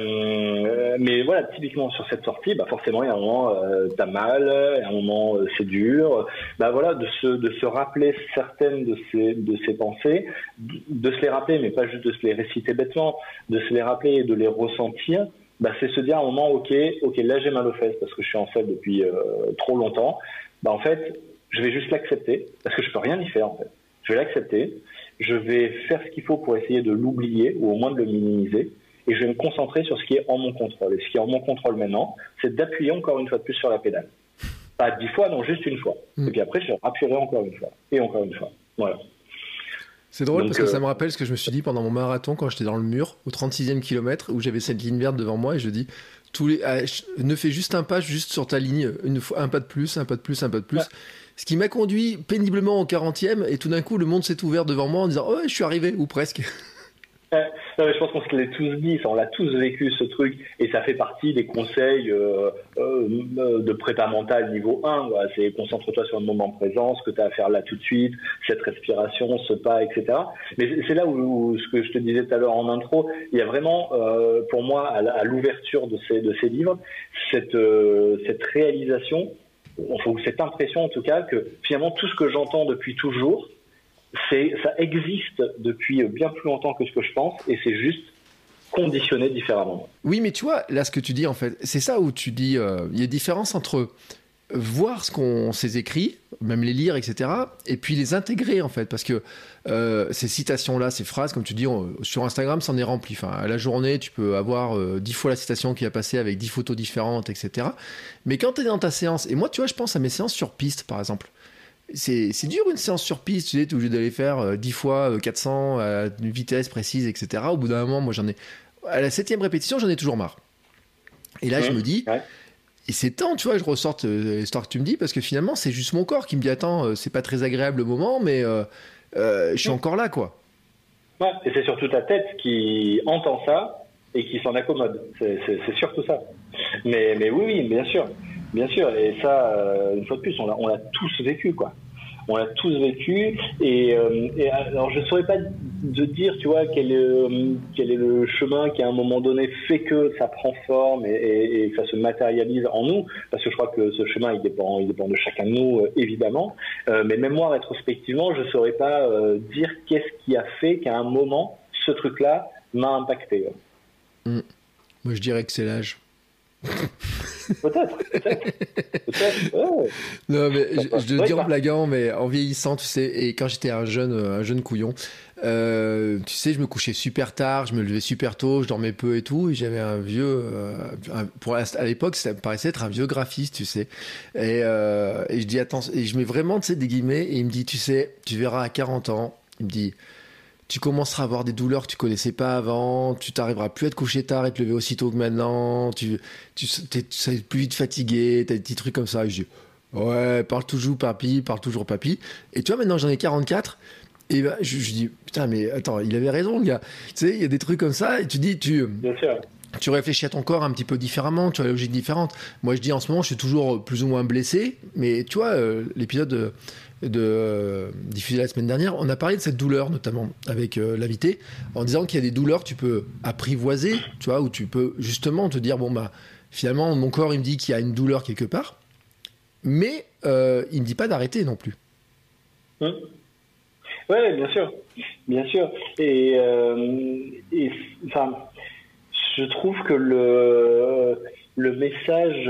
voilà, typiquement sur cette sortie, forcément il y a un moment t'as mal, il y a un moment c'est dur. Voilà, de se rappeler certaines de ces pensées, de se les rappeler, mais pas juste de se les réciter bêtement, de se les rappeler et de les ressentir. C'est se dire à un moment, ok, là j'ai mal aux fesses parce que je suis en selle depuis trop longtemps. En fait, je vais juste l'accepter parce que je peux rien y faire en fait. Je vais l'accepter, je vais faire ce qu'il faut pour essayer de l'oublier ou au moins de le minimiser. Et je vais me concentrer sur ce qui est en mon contrôle. Et ce qui est en mon contrôle maintenant, c'est d'appuyer encore une fois de plus sur la pédale. Pas 10 fois, non, juste une fois. Et puis après, je appuierai encore une fois. Et encore une fois. Voilà. C'est drôle parce que ça me rappelle ce que je me suis dit pendant mon marathon quand j'étais dans le mur, au 36e kilomètre, où j'avais cette ligne verte devant moi et je dis, ne fais juste un pas, juste sur ta ligne, une fois, un pas de plus, un pas de plus, un pas de plus. Ouais. Ce qui m'a conduit péniblement au 40e et tout d'un coup, le monde s'est ouvert devant moi en disant, oh, je suis arrivé, ou presque. Non, mais je pense qu'on se l'est tous dit, on l'a tous vécu ce truc, et ça fait partie des conseils de prépa mentale niveau 1, quoi. C'est concentre-toi sur le moment présent, ce que tu as à faire là tout de suite, cette respiration, ce pas, etc. Mais c'est là où ce que je te disais tout à l'heure en intro, il y a vraiment pour moi à l'ouverture de ces livres cette réalisation, ou cette impression en tout cas, que finalement tout ce que j'entends depuis toujours, ça existe depuis bien plus longtemps que ce que je pense, et c'est juste conditionné différemment. Oui, mais tu vois, là, ce que tu dis, en fait, c'est ça où tu dis, il y a différence entre voir ce qu'on s'est écrit, même les lire, etc., et puis les intégrer, en fait, parce que ces citations-là, ces phrases, comme tu dis, sur Instagram, c'en est rempli. Enfin, à la journée, tu peux avoir 10 fois la citation qui a passé avec 10 photos différentes, etc. Mais quand tu es dans ta séance, et moi, tu vois, je pense à mes séances sur piste, par exemple. C'est dur une séance sur piste, tu sais, t'es obligé d'aller faire 10 fois 400 à une vitesse précise, etc. Au bout d'un moment, moi à la 7e répétition, j'en ai toujours marre. Et là, je me dis, et c'est temps, tu vois, je ressorte l'histoire que tu me dis, parce que finalement, c'est juste mon corps qui me dit, attends, c'est pas très agréable le moment, mais je suis encore là, quoi. Ouais, et c'est surtout ta tête qui entend ça et qui s'en accommode. C'est surtout ça. Mais oui, bien sûr. Bien sûr, et ça, une fois de plus, on l'a tous vécu, quoi. On l'a tous vécu, et alors je ne saurais pas de dire, tu vois, quel est le chemin qui à un moment donné fait que ça prend forme et que ça se matérialise en nous, parce que je crois que ce chemin il dépend de chacun de nous, évidemment. Mais même moi, rétrospectivement, je ne saurais pas dire qu'est-ce qui a fait qu'à un moment ce truc-là m'a impacté. Moi, je dirais que c'est l'âge. Peut-être. Ouais. Non, mais je te dis en blaguant, mais en vieillissant, tu sais, et quand j'étais un jeune couillon, tu sais, je me couchais super tard, je me levais super tôt, je dormais peu et tout, et j'avais un vieux, à l'époque, ça me paraissait être un vieux graphiste, tu sais, et je dis attends, et je mets vraiment, tu sais, des guillemets, et il me dit, tu sais, tu verras à 40 ans, il me dit, tu commenceras à avoir des douleurs que tu connaissais pas avant, tu t'arriveras plus à te coucher tard et te lever aussitôt que maintenant, tu seras plus vite fatigué, t'as des petits trucs comme ça. Et je dis, ouais, parle toujours papy. Et tu vois, maintenant j'en ai 44, et ben, je dis, putain, mais attends, il avait raison, le gars. Tu sais, il y a des trucs comme ça, et tu dis, Bien sûr. Tu réfléchis à ton corps un petit peu différemment, tu as une logique différente. Moi, je dis en ce moment, je suis toujours plus ou moins blessé, mais tu vois, l'épisode diffusé la semaine dernière, on a parlé de cette douleur, notamment avec l'invité, en disant qu'il y a des douleurs que tu peux apprivoiser, tu vois, où tu peux justement te dire, bon, bah, finalement, mon corps, il me dit qu'il y a une douleur quelque part, mais il ne me dit pas d'arrêter non plus. Oui, bien sûr. Bien sûr. Et enfin, je trouve que le message,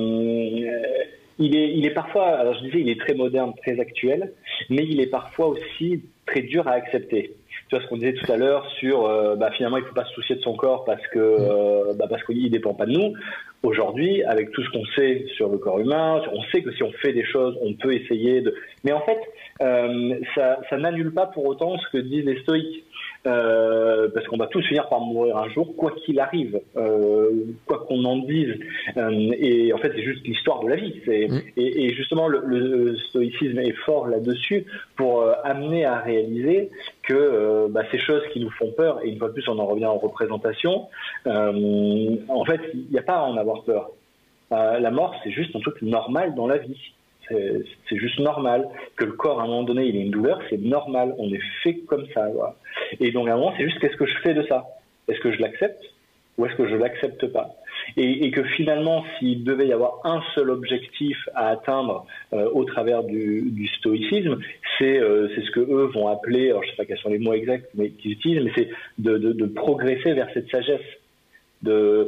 il est parfois, alors je disais, il est très moderne, très actuel, mais il est parfois aussi très dur à accepter. Tu vois ce qu'on disait tout à l'heure sur, finalement, il ne faut pas se soucier de son corps parce qu'il ne dépend pas de nous. Aujourd'hui, avec tout ce qu'on sait sur le corps humain, on sait que si on fait des choses, on peut essayer de... Mais en fait, ça n'annule pas pour autant ce que disent les stoïques. parce qu'on va tous finir par mourir un jour, quoi qu'il arrive, quoi qu'on en dise. Et en fait, c'est juste l'histoire de la vie. Et justement, le stoïcisme est fort là-dessus pour amener à réaliser que ces choses qui nous font peur, et une fois de plus, on en revient en représentation, en fait, il n'y a pas à en avoir peur. La mort, c'est juste un truc normal dans la vie. C'est juste normal que le corps, à un moment donné, il ait une douleur, c'est normal, on est fait comme ça. Voilà. Et donc, à un moment, c'est juste qu'est-ce que je fais de ça ? Est-ce que je l'accepte ou est-ce que je l'accepte pas ? Et que finalement, s'il devait y avoir un seul objectif à atteindre au travers du stoïcisme, c'est ce que eux vont appeler, alors je sais pas quels sont les mots exacts mais qu'ils utilisent, mais c'est de progresser vers cette sagesse. Alors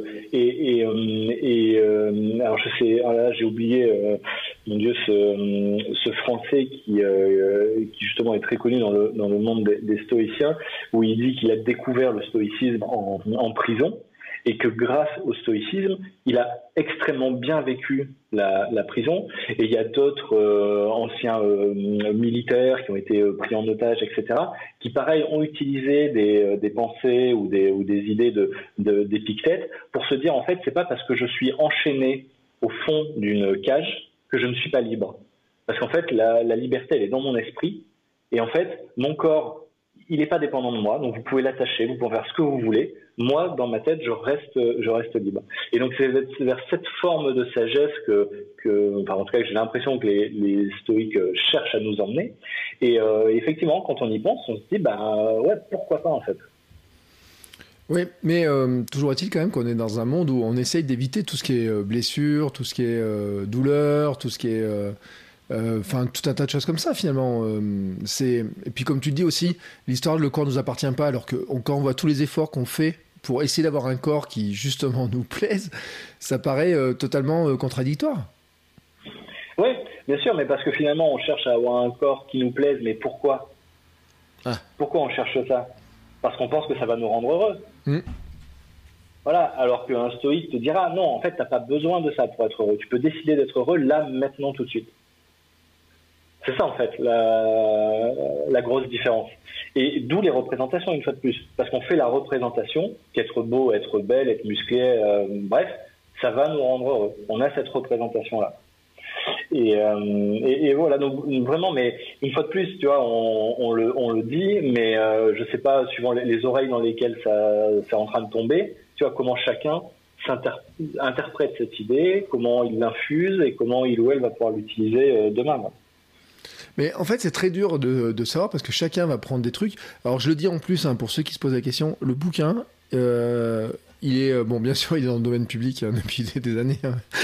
je sais, là j'ai oublié, mon Dieu, ce Français qui justement est très connu dans le monde des stoïciens, où il dit qu'il a découvert le stoïcisme en prison, et que grâce au stoïcisme, il a extrêmement bien vécu la prison. Et il y a d'autres anciens militaires qui ont été pris en otage, etc., qui, pareil, ont utilisé des pensées ou des idées d'Épictète pour se dire, en fait, c'est pas parce que je suis enchaîné au fond d'une cage que je ne suis pas libre. Parce qu'en fait, la liberté, elle est dans mon esprit. Et en fait, mon corps, il n'est pas dépendant de moi, donc vous pouvez l'attacher, vous pouvez faire ce que vous voulez. Moi, dans ma tête, je reste libre. Et donc, c'est vers cette forme de sagesse en tout cas, j'ai l'impression que les stoïques cherchent à nous emmener. Et effectivement, quand on y pense, on se dit, ouais, pourquoi pas, en fait. Oui, mais toujours est-il quand même qu'on est dans un monde où on essaye d'éviter tout ce qui est blessure, tout ce qui est douleur, tout ce qui est... tout un tas de choses comme ça finalement. Et puis comme tu dis aussi, l'histoire de le corps nous appartient pas, alors que quand on voit tous les efforts qu'on fait pour essayer d'avoir un corps qui justement nous plaise, ça paraît totalement contradictoire. Oui, bien sûr, mais parce que finalement on cherche à avoir un corps qui nous plaise, mais pourquoi ? Pourquoi on cherche ça ? Parce qu'on pense que ça va nous rendre heureux. Voilà, alors qu'un stoïque te dira non, en fait t'as pas besoin de ça pour être heureux, tu peux décider d'être heureux là, maintenant, tout de suite. C'est ça, en fait, la grosse différence. Et d'où les représentations, une fois de plus. Parce qu'on fait la représentation, qu'être beau, être belle, être musclé, bref, ça va nous rendre heureux. On a cette représentation-là. Et voilà, donc vraiment, mais une fois de plus, tu vois, on le dit, mais je sais pas, suivant les oreilles dans lesquelles c'est en train de tomber, tu vois, comment chacun interprète cette idée, comment il l'infuse et comment il ou elle va pouvoir l'utiliser demain. Mais en fait, c'est très dur de savoir parce que chacun va prendre des trucs. Alors, je le dis en plus, pour ceux qui se posent la question, le bouquin, il est... bon, bien sûr, il est dans le domaine public depuis des années.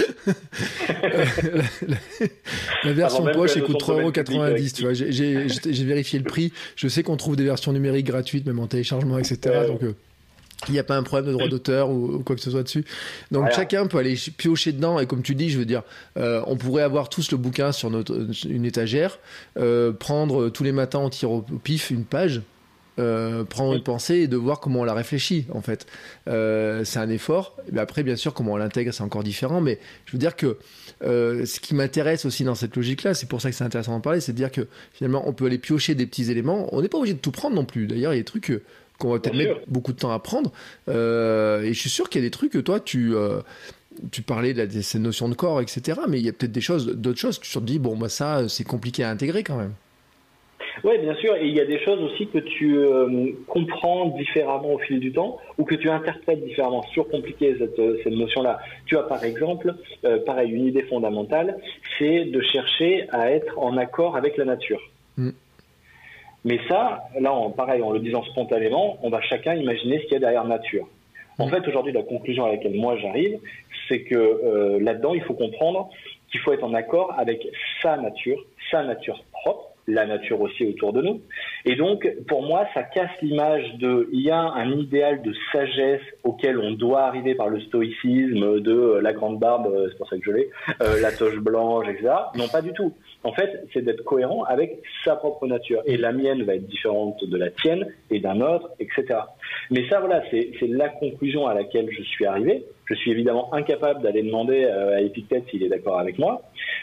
La version poche, elle coûte 3,90 €. Tu vois, j'ai vérifié le prix. Je sais qu'on trouve des versions numériques gratuites, même en téléchargement, etc. Donc... il n'y a pas un problème de droit d'auteur ou quoi que ce soit dessus. Donc chacun peut aller piocher dedans. Et comme tu dis, je veux dire, on pourrait avoir tous le bouquin sur une étagère, prendre tous les matins, on tire au pif une page, prendre une pensée et de voir comment on la réfléchit, en fait. C'est un effort. Et après, bien sûr, comment on l'intègre, c'est encore différent. Mais je veux dire que ce qui m'intéresse aussi dans cette logique-là, c'est pour ça que c'est intéressant d'en parler, c'est de dire que finalement, on peut aller piocher des petits éléments. On n'est pas obligé de tout prendre non plus. D'ailleurs, il y a des trucs... qu'on va peut-être mettre beaucoup de temps à prendre. Et je suis sûr qu'il y a des trucs que toi, tu parlais de ces notions de corps, etc. Mais il y a peut-être d'autres choses que tu te dis, bon, ça, c'est compliqué à intégrer quand même. Oui, bien sûr. Et il y a des choses aussi que tu comprends différemment au fil du temps ou que tu interprètes différemment. C'est toujours compliqué cette notion-là. Tu as par exemple, pareil, une idée fondamentale, c'est de chercher à être en accord avec la nature. Mais ça, là, pareil, en le disant spontanément, on va chacun imaginer ce qu'il y a derrière nature. En fait, aujourd'hui, la conclusion à laquelle moi j'arrive, c'est que là-dedans, il faut comprendre qu'il faut être en accord avec sa nature propre, la nature aussi autour de nous. Et donc, pour moi, ça casse l'image il y a un idéal de sagesse auquel on doit arriver par le stoïcisme, de la grande barbe, c'est pour ça que je l'ai, la toche blanche, etc. Non, pas du tout. En fait, c'est d'être cohérent avec sa propre nature. Et la mienne va être différente de la tienne et d'un autre, etc. Mais ça, voilà, c'est la conclusion à laquelle je suis arrivé. Je suis évidemment incapable d'aller demander à Épictète s'il est d'accord avec moi.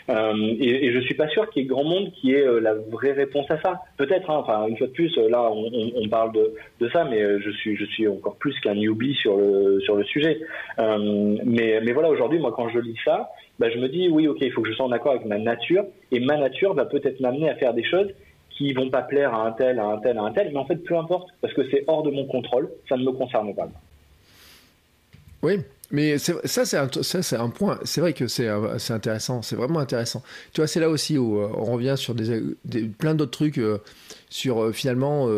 Et je suis pas sûr qu'il y ait grand monde qui ait la vraie réponse à ça. Peut-être, hein, enfin, une fois de plus, là, on parle de ça, mais je suis encore plus qu'un newbie sur le sujet. Mais voilà, aujourd'hui, moi, quand je lis ça, bah, je me dis, oui, ok, il faut que je sois en accord avec ma nature, et ma nature va peut-être m'amener à faire des choses qui vont pas plaire à un tel, mais en fait, peu importe, parce que c'est hors de mon contrôle, ça ne me concerne pas. Oui, mais ça, c'est un point. C'est vrai que c'est intéressant, c'est vraiment intéressant. Tu vois, c'est là aussi où on revient sur plein d'autres trucs, sur finalement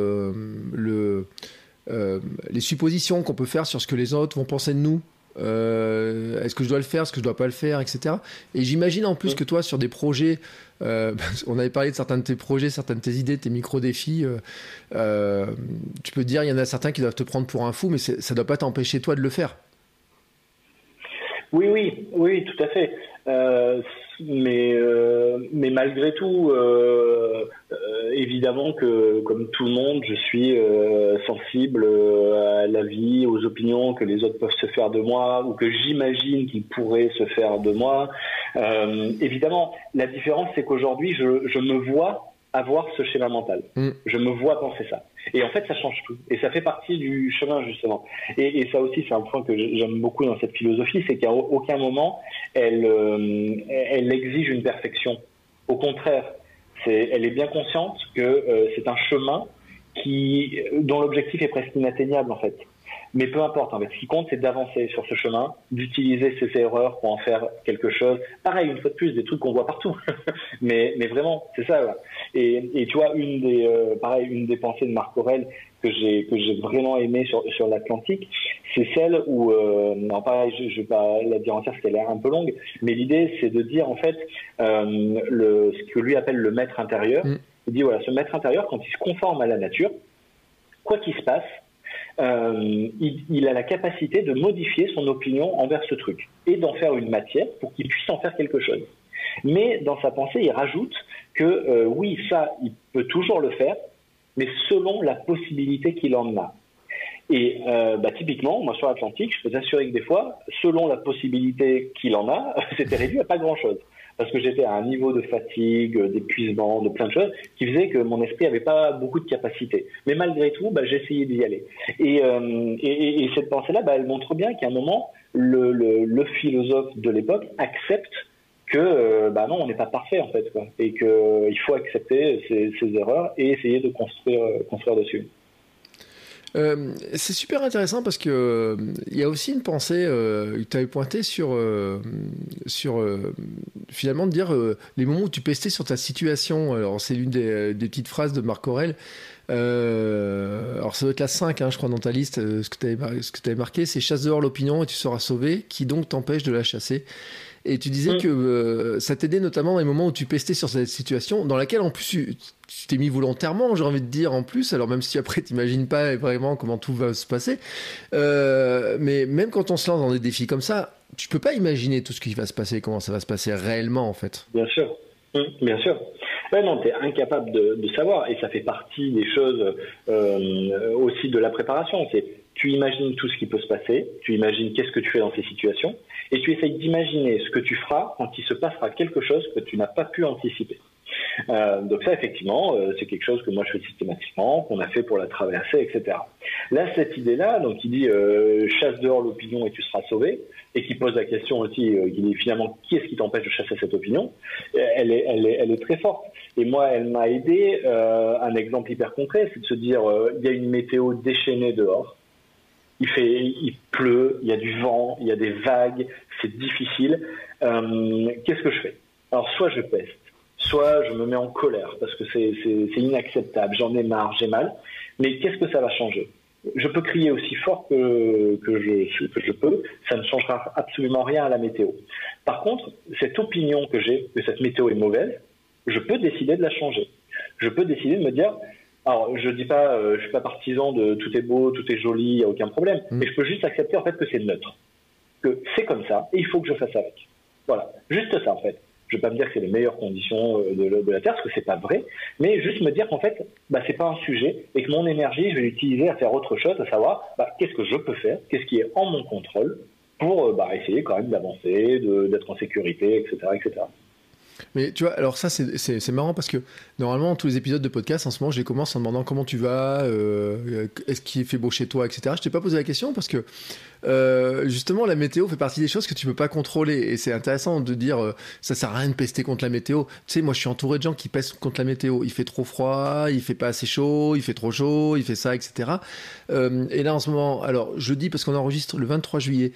les suppositions qu'on peut faire sur ce que les autres vont penser de nous. Est-ce que je dois le faire, est-ce que je dois pas le faire, etc. Et j'imagine en plus que toi, sur des projets, on avait parlé de certains de tes projets, certaines de tes idées, tes micro-défis, tu peux te dire, il y en a certains qui doivent te prendre pour un fou, mais ça doit pas t'empêcher toi de le faire. Oui, tout à fait. Mais malgré tout, évidemment que, comme tout le monde, je suis sensible à l'avis, aux opinions que les autres peuvent se faire de moi ou que j'imagine qu'ils pourraient se faire de moi. Évidemment, la différence, c'est qu'aujourd'hui, je me vois avoir ce schéma mental. Je me vois penser ça. Et en fait, ça change tout. Et ça fait partie du chemin, justement. Et ça aussi, c'est un point que j'aime beaucoup dans cette philosophie, c'est qu'à aucun moment, elle exige une perfection. Au contraire, elle est bien consciente que c'est un chemin dont l'objectif est presque inatteignable, en fait. Mais peu importe, en fait, ce qui compte, c'est d'avancer sur ce chemin, d'utiliser ces erreurs pour en faire quelque chose. Pareil, une fois de plus, des trucs qu'on voit partout. mais vraiment, c'est ça. Là. Et tu vois, une des pensées de Marc Aurèle que j'ai vraiment aimé sur l'Atlantique, c'est celle où, non, pareil, je vais pas la dire entière parce qu'elle est un peu longue, mais l'idée, c'est de dire, en fait, ce que lui appelle le maître intérieur. Il dit, voilà, ce maître intérieur, quand il se conforme à la nature, quoi qu'il se passe, il a la capacité de modifier son opinion envers ce truc et d'en faire une matière pour qu'il puisse en faire quelque chose. Mais dans sa pensée, il rajoute que oui, ça, il peut toujours le faire, mais selon la possibilité qu'il en a. Et typiquement, moi sur l'Atlantique, je peux t'assurer que des fois, selon la possibilité qu'il en a, c'était réduit à pas grand-chose. Parce que j'étais à un niveau de fatigue, d'épuisement, de plein de choses, qui faisait que mon esprit n'avait pas beaucoup de capacité. Mais malgré tout, j'essayais d'y aller. Et cette pensée-là, elle montre bien qu'à un moment, le philosophe de l'époque accepte que non, on n'est pas parfait en fait, quoi, et qu'il faut accepter ses erreurs et essayer de construire dessus. C'est super intéressant parce que il y a aussi une pensée que tu avais pointée sur finalement de dire les moments où tu pestais sur ta situation. Alors c'est l'une des petites phrases de Marc Aurèle. Alors ça doit être la 5, je crois, dans ta liste. Ce que tu avais marqué, c'est chasse dehors l'opinion et tu seras sauvé. Qui donc t'empêche de la chasser? Et tu disais que ça t'aidait notamment dans les moments où tu pestais sur cette situation, dans laquelle en plus tu t'es mis volontairement, j'ai envie de dire en plus, alors même si après t'imagines pas vraiment comment tout va se passer, mais même quand on se lance dans des défis comme ça, tu peux pas imaginer tout ce qui va se passer, comment ça va se passer réellement en fait. Bien sûr, bien sûr. Ouais, non, t'es incapable de savoir, et ça fait partie des choses aussi de la préparation. C'est tu imagines tout ce qui peut se passer, tu imagines qu'est-ce que tu fais dans ces situations, et tu essayes d'imaginer ce que tu feras quand il se passera quelque chose que tu n'as pas pu anticiper. Donc ça, effectivement, c'est quelque chose que moi je fais systématiquement, qu'on a fait pour la traversée, etc. Là, cette idée-là, donc il dit chasse dehors l'opinion et tu seras sauvé, et qui pose la question aussi, qui dit finalement qui est-ce qui t'empêche de chasser cette opinion, elle est très forte. Et moi, elle m'a aidé. Un exemple hyper concret, c'est de se dire il y a une météo déchaînée dehors. Il pleut, il y a du vent, il y a des vagues, c'est difficile. Qu'est-ce que je fais? Alors, soit je peste, soit je me mets en colère parce que c'est inacceptable, j'en ai marre, j'ai mal. Mais qu'est-ce que ça va changer? Je peux crier aussi fort que je peux, ça ne changera absolument rien à la météo. Par contre, cette opinion que j'ai, que cette météo est mauvaise, je peux décider de la changer. Je peux décider de me dire, alors je dis pas, je suis pas partisan de tout est beau, tout est joli, il n'y a aucun problème, mais je peux juste accepter en fait que c'est neutre, que c'est comme ça et il faut que je fasse avec. Voilà, juste ça en fait. Je vais pas me dire que c'est les meilleures conditions de la Terre, parce que c'est pas vrai, mais juste me dire qu'en fait, c'est pas un sujet et que mon énergie, je vais l'utiliser à faire autre chose, à savoir, qu'est-ce que je peux faire, qu'est-ce qui est en mon contrôle pour essayer quand même d'avancer, d'être en sécurité, etc., etc. Mais tu vois, alors ça, c'est marrant parce que normalement, tous les épisodes de podcast, en ce moment, je les commence en demandant comment tu vas, est-ce qu'il fait beau chez toi, etc. Je t'ai pas posé la question parce que justement, la météo fait partie des choses que tu peux pas contrôler. Et c'est intéressant de dire, ça sert à rien de pester contre la météo. Tu sais, moi, je suis entouré de gens qui pestent contre la météo. Il fait trop froid, il fait pas assez chaud, il fait trop chaud, il fait ça, etc. Et là, en ce moment, alors, je dis parce qu'on enregistre le 23 juillet.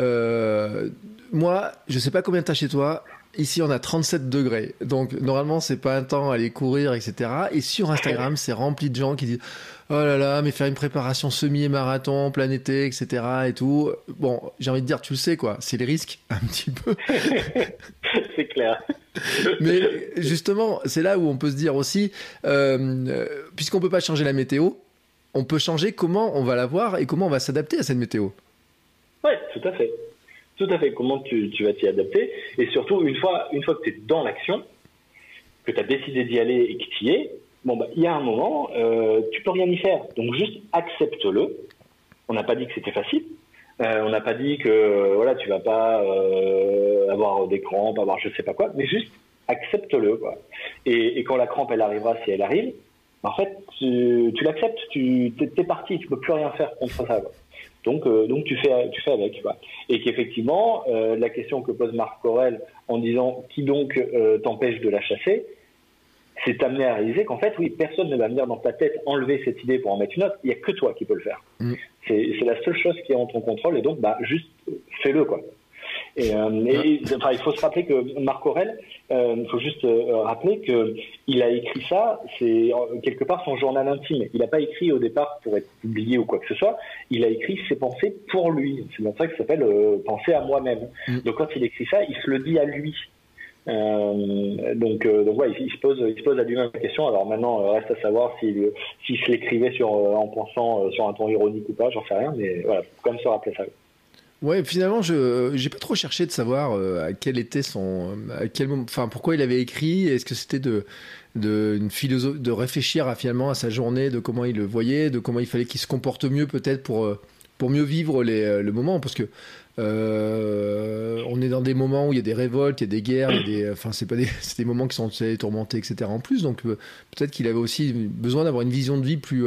Moi, je sais pas combien t'as chez toi. Ici, on a 37 degrés. Donc, normalement, c'est pas un temps à aller courir, etc. Et sur Instagram, c'est rempli de gens qui disent oh là là, mais faire une préparation semi et marathon, plein été, etc. et tout. Bon, j'ai envie de dire, tu le sais, quoi. C'est les risques, un petit peu. C'est clair. Mais justement, c'est là où on peut se dire aussi, puisqu'on peut pas changer la météo, on peut changer comment on va la voir et comment on va s'adapter à cette météo. Ouais, tout à fait. Tout à fait. Comment tu vas t'y adapter. Et surtout, une fois que tu es dans l'action, que tu as décidé d'y aller et que tu y es, bon, bah, il y a un moment, tu peux rien y faire. Donc, juste accepte-le. On n'a pas dit que c'était facile. On n'a pas dit que voilà, tu vas pas avoir des crampes, avoir je sais pas quoi, mais juste accepte-le, quoi. Et quand la crampe, elle arrivera, si elle arrive, en fait, tu l'acceptes. T'es parti. Tu peux plus rien faire contre ça, quoi. Donc tu fais avec, quoi. Et qu'effectivement, la question que pose Marc Aurèle en disant qui donc t'empêche de la chasser, c'est amené à réaliser qu'en fait, oui, personne ne va venir dans ta tête enlever cette idée pour en mettre une autre. Il y a que toi qui peux le faire. C'est la seule chose qui est en ton contrôle, et donc bah juste fais-le, quoi. Enfin, il faut se rappeler que Marc Aurèle, il faut juste rappeler que il a écrit ça, c'est quelque part son journal intime. Il n'a pas écrit au départ pour être publié ou quoi que ce soit. Il a écrit ses pensées pour lui. C'est pour ça que ça s'appelle Penser à moi-même. Donc quand il écrit ça, il se le dit à lui. Donc ouais, il se pose à lui-même la question. Alors maintenant, reste à savoir s'il se l'écrivait en pensant sur un ton ironique ou pas, j'en sais rien, mais voilà, faut quand même se rappeler ça. Ouais, finalement, j'ai pas trop cherché de savoir à quel était à quel moment, enfin, pourquoi il avait écrit. Est-ce que c'était une philosophie, de réfléchir finalement à sa journée, de comment il le voyait, de comment il fallait qu'il se comporte mieux peut-être pour mieux vivre le moment, parce que on est dans des moments où il y a des révoltes, il y a des guerres, enfin, c'est des moments qui sont tourmentés, etc. En plus, donc peut-être qu'il avait aussi besoin d'avoir une vision de vie plus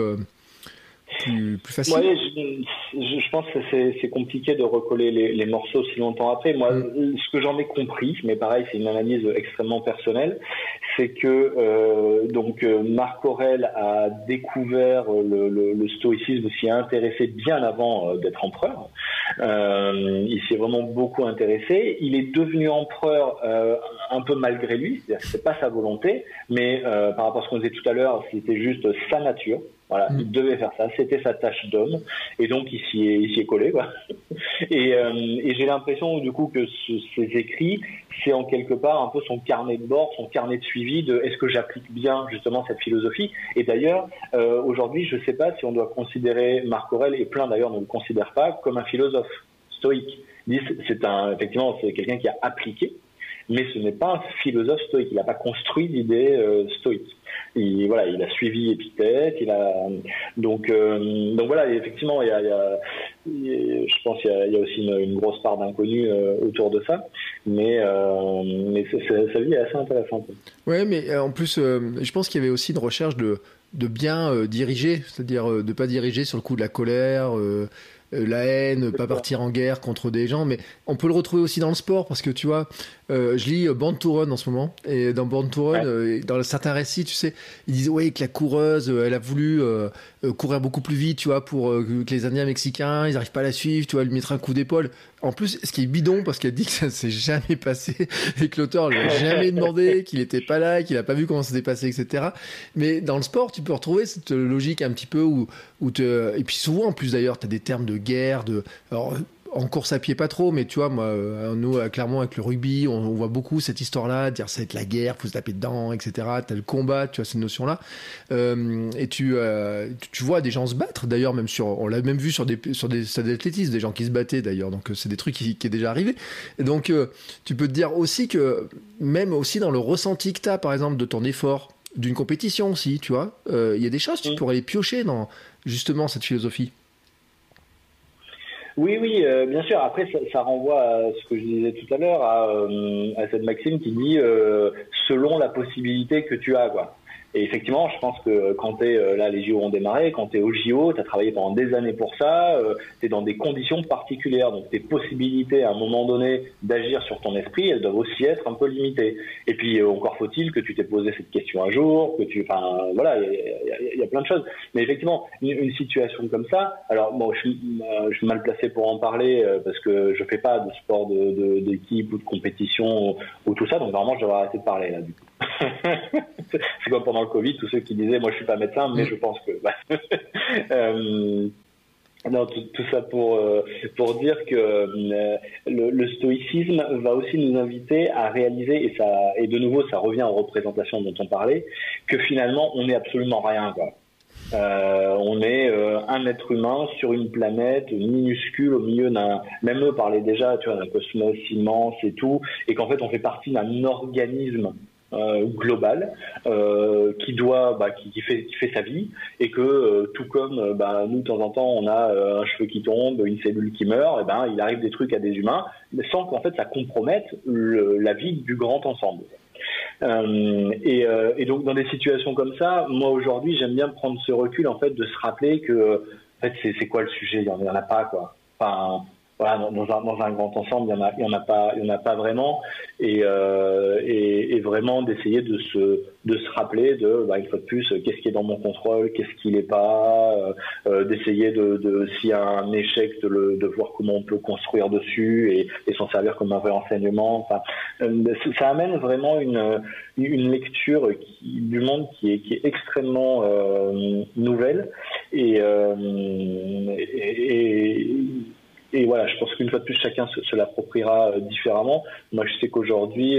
facile. Ouais, je pense que c'est compliqué de recoller les morceaux si longtemps après. Moi, ce que j'en ai compris, mais pareil, c'est une analyse extrêmement personnelle, c'est que Marc Aurèle a découvert le stoïcisme, s'y est intéressé bien avant d'être empereur. Il s'est vraiment beaucoup intéressé. Il est devenu empereur un peu malgré lui, c'est-à-dire que c'est pas sa volonté, mais par rapport à ce qu'on disait tout à l'heure, c'était juste sa nature. Voilà, il devait faire ça, c'était sa tâche d'homme, et donc il s'y est collé, quoi. Et j'ai l'impression du coup que ces écrits, c'est en quelque part un peu son carnet de bord, son carnet de suivi de est-ce que j'applique bien justement cette philosophie. Et d'ailleurs, aujourd'hui, je ne sais pas si on doit considérer Marc Aurèle, et plein d'ailleurs ne le considèrent pas, comme un philosophe stoïque. Effectivement, c'est quelqu'un qui a appliqué, mais ce n'est pas un philosophe stoïque. Il n'a pas construit d'idées stoïques. Il a suivi Épithète. Donc voilà. Effectivement, je pense qu'il y a aussi une grosse part d'inconnu autour de ça. Mais sa vie est assez intéressante. Ouais, mais en plus, je pense qu'il y avait aussi une recherche de bien diriger, c'est-à-dire de pas diriger sur le coup de la colère. La haine, pas partir en guerre contre des gens, mais on peut le retrouver aussi dans le sport, parce que tu vois, je lis Born to Run en ce moment, et dans Born to Run, dans certains récits, tu sais, ils disent ouais que la coureuse, elle a voulu courir beaucoup plus vite, tu vois, pour que les Indiens mexicains, ils n'arrivent pas à la suivre, tu vois, lui mettre un coup d'épaule. En plus, ce qui est bidon, parce qu'elle dit que ça ne s'est jamais passé, et que l'auteur lui a jamais demandé, qu'il n'était pas là, qu'il n'a pas vu comment ça s'était passé, etc. Mais dans le sport, tu peux retrouver cette logique un petit peu et puis souvent, en plus d'ailleurs, tu as des termes de guerre, alors, en course à pied pas trop, mais tu vois, moi, nous, clairement, avec le rugby, on voit beaucoup cette histoire-là, dire ça va être la guerre, faut se taper dedans, etc. T'as le combat, tu vois, ces notions-là. Et tu vois des gens se battre, d'ailleurs, on l'a même vu sur des stades d'athlétisme, des gens qui se battaient, d'ailleurs. Donc, c'est des trucs qui est déjà arrivé. Et donc, tu peux te dire aussi que, même aussi dans le ressenti que t'as, par exemple, de ton effort, d'une compétition aussi, tu vois, il y a des choses, tu pourrais les piocher dans, justement, cette philosophie. Oui, oui, bien sûr. Après, ça renvoie à ce que je disais tout à l'heure, à cette maxime qui dit selon la possibilité que tu as, quoi. Et effectivement, je pense que quand là, les JO ont démarré, quand tu es au JO, tu as travaillé pendant des années pour ça, tu es dans des conditions particulières. Donc tes possibilités à un moment donné d'agir sur ton esprit, elles doivent aussi être un peu limitées. Et puis encore faut-il que tu t'aies posé cette question un jour, enfin voilà, il y a plein de choses. Mais effectivement, une situation comme ça, alors bon, je suis mal placé pour en parler parce que je fais pas de sport d'équipe ou de compétition ou tout ça, donc vraiment je devrais arrêter de parler là du coup. C'est comme pendant le Covid, tous ceux qui disaient moi je suis pas médecin, mais je pense que non, tout ça pour dire que le stoïcisme va aussi nous inviter à réaliser, et de nouveau ça revient aux représentations dont on parlait, que finalement on n'est absolument rien, quoi. On est un être humain sur une planète minuscule au milieu même eux parlaient déjà, tu vois, d'un cosmos immense et tout, et qu'en fait on fait partie d'un organisme global qui fait sa vie, et que tout comme nous de temps en temps on a un cheveu qui tombe, une cellule qui meurt, et il arrive des trucs à des humains sans qu'en fait ça compromette la vie du grand ensemble. Et donc dans des situations comme ça, moi aujourd'hui j'aime bien prendre ce recul en fait, de se rappeler que en fait c'est quoi le sujet, il y en a pas, quoi. Enfin voilà, dans un grand ensemble, il y en a pas vraiment, et vraiment d'essayer de se rappeler une fois de plus, qu'est-ce qui est dans mon contrôle, qu'est-ce qui l'est pas, d'essayer de s'il y a un échec, de voir comment on peut construire dessus et s'en servir comme un vrai enseignement. Enfin, ça amène vraiment une lecture du monde qui est extrêmement nouvelle, et voilà, je pense qu'une fois de plus, chacun se l'appropriera différemment. Moi, je sais qu'aujourd'hui,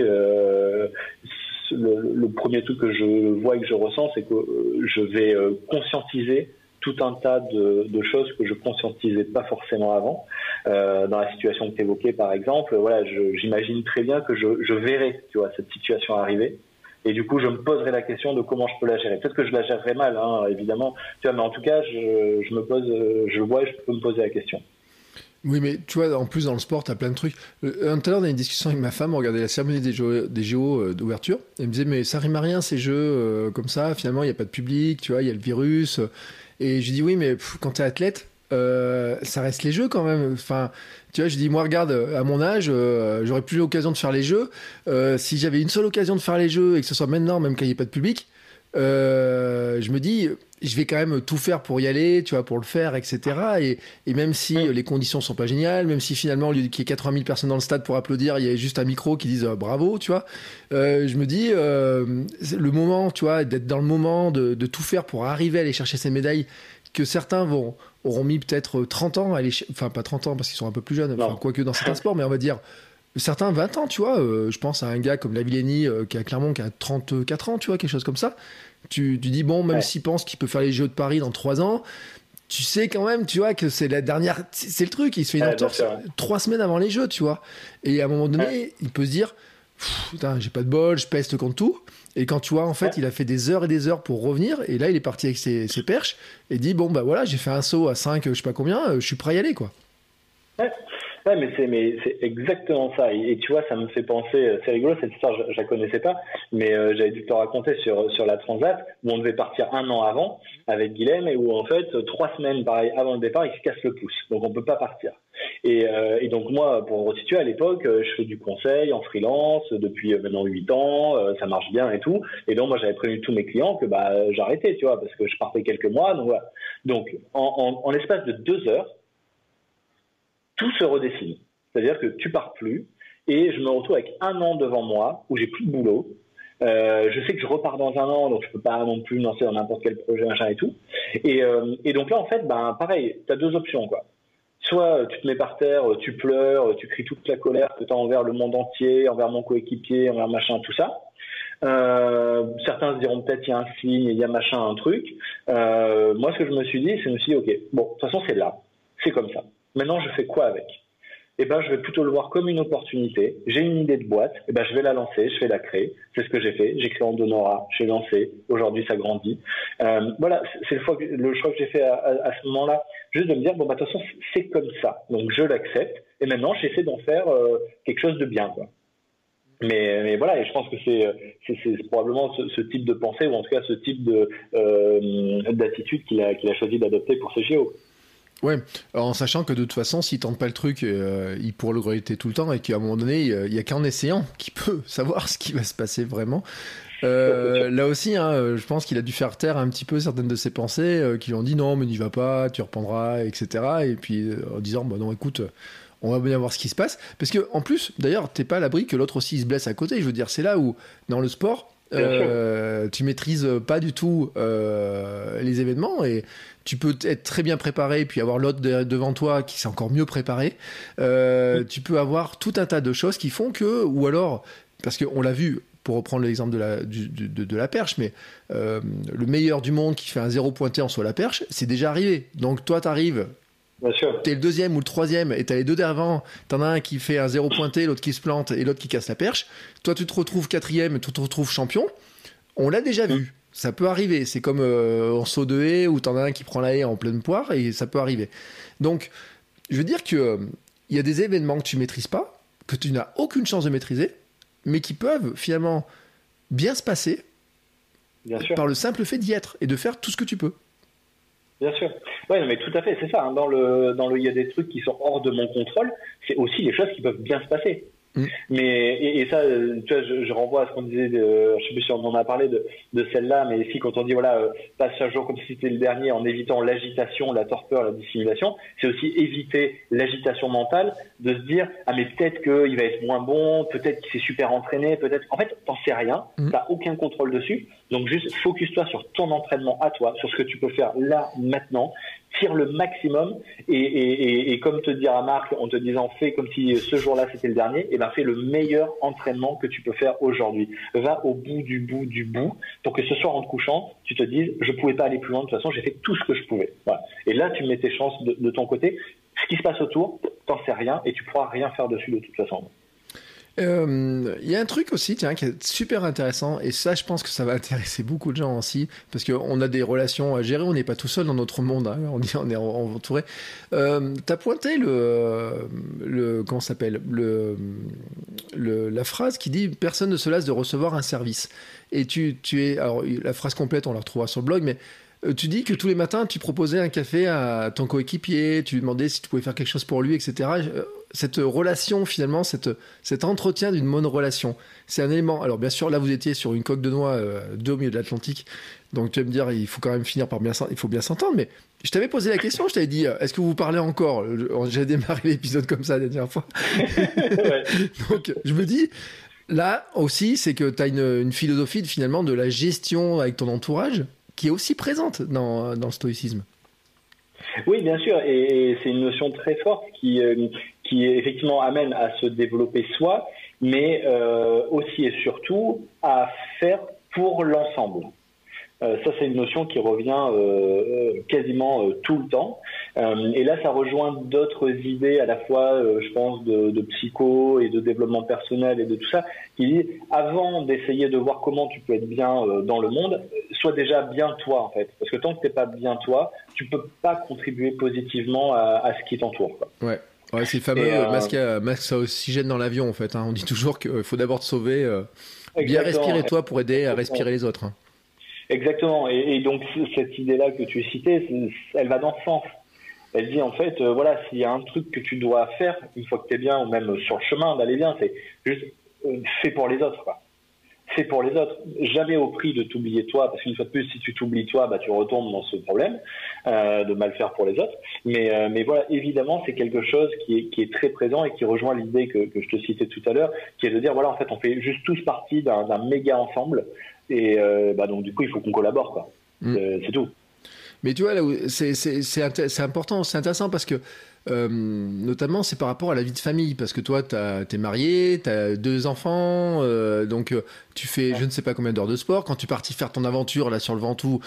le premier truc que je vois et que je ressens, c'est que je vais conscientiser tout un tas de choses que je conscientisais pas forcément avant. Dans la situation que tu évoquais, par exemple, voilà, j'imagine très bien que je verrai, tu vois, cette situation arriver. Et du coup, je me poserai la question de comment je peux la gérer. Peut-être que je la gérerai mal, hein, évidemment. Tu vois, mais en tout cas, je vois et je peux me poser la question. Oui, mais tu vois, en plus, dans le sport, t'as plein de trucs. Tout à l'heure, on a une discussion avec ma femme, on regardait la cérémonie des JO d'ouverture. Elle me disait, mais ça rime à rien, ces jeux comme ça. Finalement, il n'y a pas de public, tu vois, il y a le virus. Et je dis, oui, mais quand t'es athlète, ça reste les jeux quand même. Enfin, tu vois, je dis, moi, regarde, à mon âge, j'aurais plus l'occasion de faire les jeux. Si j'avais une seule occasion de faire les jeux, et que ce soit maintenant, même quand il n'y a pas de public, je me dis, je vais quand même tout faire pour y aller, tu vois, pour le faire, etc. Et même si les conditions sont pas géniales, même si finalement, au lieu qu'il y ait 80 000 personnes dans le stade pour applaudir, il y a juste un micro qui dise bravo, tu vois, je me dis, le moment, tu vois, d'être dans le moment, de tout faire pour arriver à aller chercher ces médailles, que certains auront mis peut-être 30 ans, enfin pas 30 ans parce qu'ils sont un peu plus jeunes, enfin, quoique dans certains sports, mais on va dire certains 20 ans, tu vois. Je pense à un gars comme Lavillenie qui a 34 ans, tu vois, quelque chose comme ça. Tu dis, bon, même s'il pense qu'il peut faire les Jeux de Paris dans 3 ans, tu sais quand même, tu vois, que c'est la dernière. C'est le truc, il se fait une entorse 3 semaines avant les Jeux, tu vois. Et à un moment donné, il peut se dire, putain, j'ai pas de bol, je peste contre tout. Et quand tu vois, en fait, il a fait des heures et des heures pour revenir, et là, il est parti avec ses perches, et dit, bon, bah voilà, j'ai fait un saut à 5, je sais pas combien, je suis prêt à y aller, quoi. Ouais, mais c'est exactement ça. Et tu vois, ça me fait penser, c'est rigolo, cette histoire, je la connaissais pas, mais j'avais dû te raconter sur la Transat, où on devait partir 1 an avant avec Guilhem, et où en fait, 3 semaines pareil avant le départ, il se casse le pouce. Donc on peut pas partir. Et donc moi, pour me resituer, à l'époque, je fais du conseil en freelance depuis maintenant 8 ans, ça marche bien et tout. Et donc moi, j'avais prévenu tous mes clients que j'arrêtais, tu vois, parce que je partais quelques mois. Donc voilà. Donc en l'espace de 2 heures, tout se redessine. C'est-à-dire que tu pars plus, et je me retrouve avec 1 an devant moi où j'ai plus de boulot. Je sais que je repars dans 1 an, donc je peux pas non plus me lancer dans n'importe quel projet, machin et tout. Et donc là, en fait, pareil, t'as 2 options, quoi. Soit tu te mets par terre, tu pleures, tu cries toute la colère que t'as envers le monde entier, envers mon coéquipier, envers machin, tout ça. Certains se diront peut-être il y a un signe, il y a machin, un truc. Moi, ce que je me suis dit, ok, bon, de toute façon, c'est là. C'est comme ça. Maintenant, je fais quoi avec ? eh ben, je vais plutôt le voir comme une opportunité. J'ai une idée de boîte, eh ben, je vais la lancer, je vais la créer. C'est ce que j'ai fait. J'ai créé Andonora, j'ai lancé. Aujourd'hui, ça grandit. Voilà, c'est le choix que j'ai fait à ce moment-là. Juste de me dire, bon, bah, de toute façon, c'est comme ça. Donc, je l'accepte. Et maintenant, j'essaie d'en faire quelque chose de bien, quoi. Mais voilà, et je pense que c'est probablement ce type de pensée, ou en tout cas ce type d'attitude qu'il a choisi d'adopter pour ce JO. Ouais, en sachant que de toute façon, s'il tente pas le truc, il pourra le regretter tout le temps, et qu'à un moment donné, il y a qu'en essayant qu'il peut savoir ce qui va se passer vraiment. Là aussi, je pense qu'il a dû faire taire un petit peu certaines de ses pensées qui lui ont dit non, mais n'y va pas, tu reprendras, etc. Et puis en disant bah non, écoute, on va bien voir ce qui se passe. Parce que en plus, d'ailleurs, t'es pas à l'abri que l'autre aussi se blesse à côté. Je veux dire, c'est là où dans le sport, tu maîtrises pas du tout les événements et tu peux être très bien préparé puis avoir l'autre devant toi qui s'est encore mieux préparé. Tu peux avoir tout un tas de choses qui font que, ou alors, parce qu'on l'a vu, pour reprendre l'exemple de la perche, mais le meilleur du monde qui fait un 0 pointé en saut à la perche, c'est déjà arrivé. Donc toi, t'arrives, t'es le deuxième ou le troisième et t'as les deux d'avant, t'en as un qui fait un 0 pointé, l'autre qui se plante et l'autre qui casse la perche. Toi, tu te retrouves quatrième et tu te retrouves champion. On l'a déjà vu. Ça peut arriver. C'est comme en saut de haie où t'en as un qui prend la haie en pleine poire et ça peut arriver. Donc, je veux dire que il y a des événements que tu maîtrises pas, que tu n'as aucune chance de maîtriser, mais qui peuvent finalement bien se passer par le simple fait d'y être et de faire tout ce que tu peux. Bien sûr. Ouais, mais tout à fait, c'est ça. Il y a des trucs qui sont hors de mon contrôle. C'est aussi les choses qui peuvent bien se passer. Mais et ça, tu vois, je renvoie à ce qu'on disait. Je sais plus si on en a parlé de celle-là, mais ici quand on dit voilà, passe chaque jour comme si c'était le dernier, en évitant l'agitation, la torpeur, la dissimulation, c'est aussi éviter l'agitation mentale, de se dire ah mais peut-être qu'il va être moins bon, peut-être qu'il s'est super entraîné, peut-être. En fait, t'en sais rien, t'as aucun contrôle dessus. Donc juste focus-toi sur ton entraînement à toi, sur ce que tu peux faire là maintenant. Tire le maximum et comme te dira Marc en te disant fais comme si ce jour-là c'était le dernier, et ben fais le meilleur entraînement que tu peux faire aujourd'hui. Va au bout du bout pour que ce soir en te couchant tu te dises je pouvais pas aller plus loin, de toute façon j'ai fait tout ce que je pouvais. Voilà. Et là tu mets tes chances de ton côté. Ce qui se passe autour, t'en sais rien et tu pourras rien faire dessus de toute façon. Il y a un truc aussi, tiens, qui est super intéressant, et ça, je pense que ça va intéresser beaucoup de gens aussi, parce qu'on a des relations à gérer, on n'est pas tout seul dans notre monde, hein, on est entouré. T'as pointé comment ça s'appelle, la phrase qui dit « Personne ne se lasse de recevoir un service ». Et alors la phrase complète, on la retrouvera sur le blog, mais tu dis que tous les matins, tu proposais un café à ton coéquipier, tu lui demandais si tu pouvais faire quelque chose pour lui, etc. Cette relation, finalement, cet entretien d'une bonne relation, c'est un élément. Alors, bien sûr, là, vous étiez sur une coque de noix au milieu de l'Atlantique. Donc, tu vas me dire, il faut quand même finir par il faut bien s'entendre. Mais je t'avais posé la question, je t'avais dit, est-ce que vous parlez encore ? J'ai démarré l'épisode comme ça la dernière fois. Ouais. Donc, je me dis, là aussi, c'est que tu as une philosophie, finalement, de la gestion avec ton entourage qui est aussi présente dans le stoïcisme. Oui, bien sûr, et c'est une notion très forte qui effectivement amène à se développer soi, mais aussi et surtout à faire pour l'ensemble. Ça, c'est une notion qui revient quasiment tout le temps. Et là, ça rejoint d'autres idées à la fois, je pense, de psycho et de développement personnel et de tout ça, qui dit, avant d'essayer de voir comment tu peux être bien dans le monde, sois déjà bien toi, en fait. Parce que tant que t'es pas bien toi, tu peux pas contribuer positivement à ce qui t'entoure, quoi. Ouais. Ouais, c'est le fameux masque à oxygène dans l'avion, en fait. Hein. On dit toujours qu'il faut d'abord te sauver, bien respirer toi pour aider à respirer les autres. Hein. Exactement. Et donc, cette idée-là que tu citais, elle va dans ce sens. Elle dit, en fait, voilà, s'il y a un truc que tu dois faire, une fois que tu es bien, ou même sur le chemin d'aller bien, c'est juste fais pour les autres, quoi. Fais pour les autres. Jamais au prix de t'oublier toi, parce qu'une fois de plus, si tu t'oublies toi, bah, tu retombes dans ce problème de mal faire pour les autres. Mais voilà, évidemment, c'est quelque chose qui est très présent et qui rejoint l'idée que je te citais tout à l'heure, qui est de dire, voilà, en fait, on fait juste tous partie d'un méga ensemble. Et donc du coup il faut qu'on collabore, quoi. C'est tout. Mais tu vois là où c'est important, c'est intéressant parce que notamment c'est par rapport à la vie de famille, parce que toi t'es marié, t'as 2 enfants, donc tu fais je ne sais pas combien d'heures de sport. Quand tu es parti faire ton aventure là sur le Ventoux,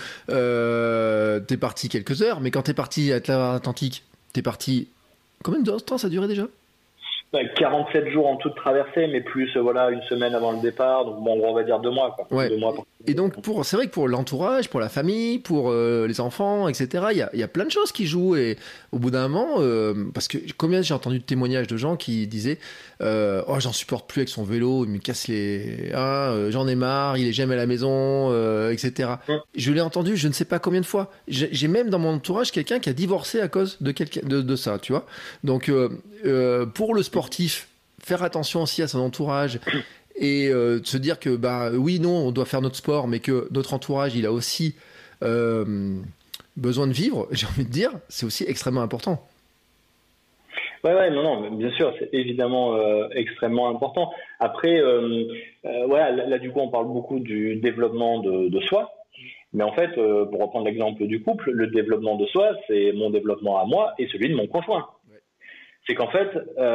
t'es parti quelques heures, mais quand t'es parti à l'Atlantique, t'es parti combien de temps ça a duré déjà? 47 jours en toute traversée, mais plus une semaine avant le départ. Donc bon, on va dire 2 mois, quoi. Ouais. 2 mois Et donc, c'est vrai que pour l'entourage, pour la famille, pour les enfants, etc., il y a plein de choses qui jouent. Et au bout d'un moment, parce que combien j'ai entendu de témoignages de gens qui disaient oh, j'en supporte plus avec son vélo, il me casse les... j'en ai marre, il est jamais à la maison, etc. Je l'ai entendu je ne sais pas combien de fois. J'ai même dans mon entourage quelqu'un qui a divorcé à cause de ça, tu vois. Donc, pour le sportif, faire attention aussi à son entourage et se dire que oui, non, on doit faire notre sport, mais que notre entourage, il a aussi besoin de vivre, j'ai envie de dire, c'est aussi extrêmement important. Ouais, non, bien sûr, c'est évidemment extrêmement important. Après, là, du coup, on parle beaucoup du développement de soi. Mais en fait, pour reprendre l'exemple du couple, le développement de soi, c'est mon développement à moi et celui de mon conjoint. Ouais. C'est qu'en fait,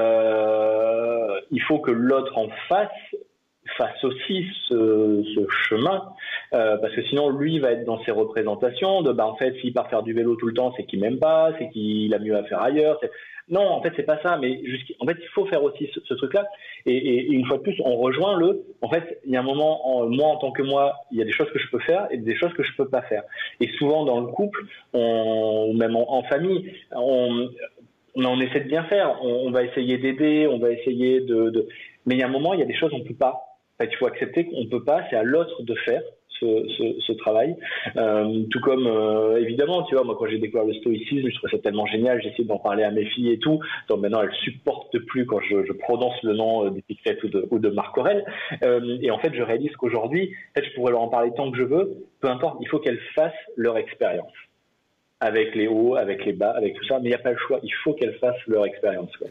il faut que l'autre en fasse aussi ce chemin, parce que sinon lui va être dans ses représentations de en fait s'il part faire du vélo tout le temps, c'est qu'il m'aime pas, c'est qu'il a mieux à faire ailleurs. Non, en fait c'est pas ça, mais en fait il faut faire aussi ce truc-là. Et une fois de plus, on rejoint en fait il y a un moment, moi en tant que moi, il y a des choses que je peux faire et des choses que je peux pas faire. Et souvent dans le couple, ou même en famille, on essaie de bien faire, on va essayer d'aider, on va essayer mais il y a un moment, il y a des choses on peut pas. En fait, il faut accepter qu'on peut pas, c'est à l'autre de faire ce travail. Tout comme, évidemment, tu vois, moi, quand j'ai découvert le stoïcisme, je trouvais ça tellement génial, j'ai essayé d'en parler à mes filles et tout. Donc maintenant, elles supportent plus quand je prononce le nom d'Épictète ou de Marc Aurèle. Et en fait, je réalise qu'aujourd'hui, en fait, je pourrais leur en parler tant que je veux, peu importe, il faut qu'elles fassent leur expérience. Avec les hauts, avec les bas, avec tout ça, mais il n'y a pas le choix, il faut qu'elles fassent leur expérience, quoi.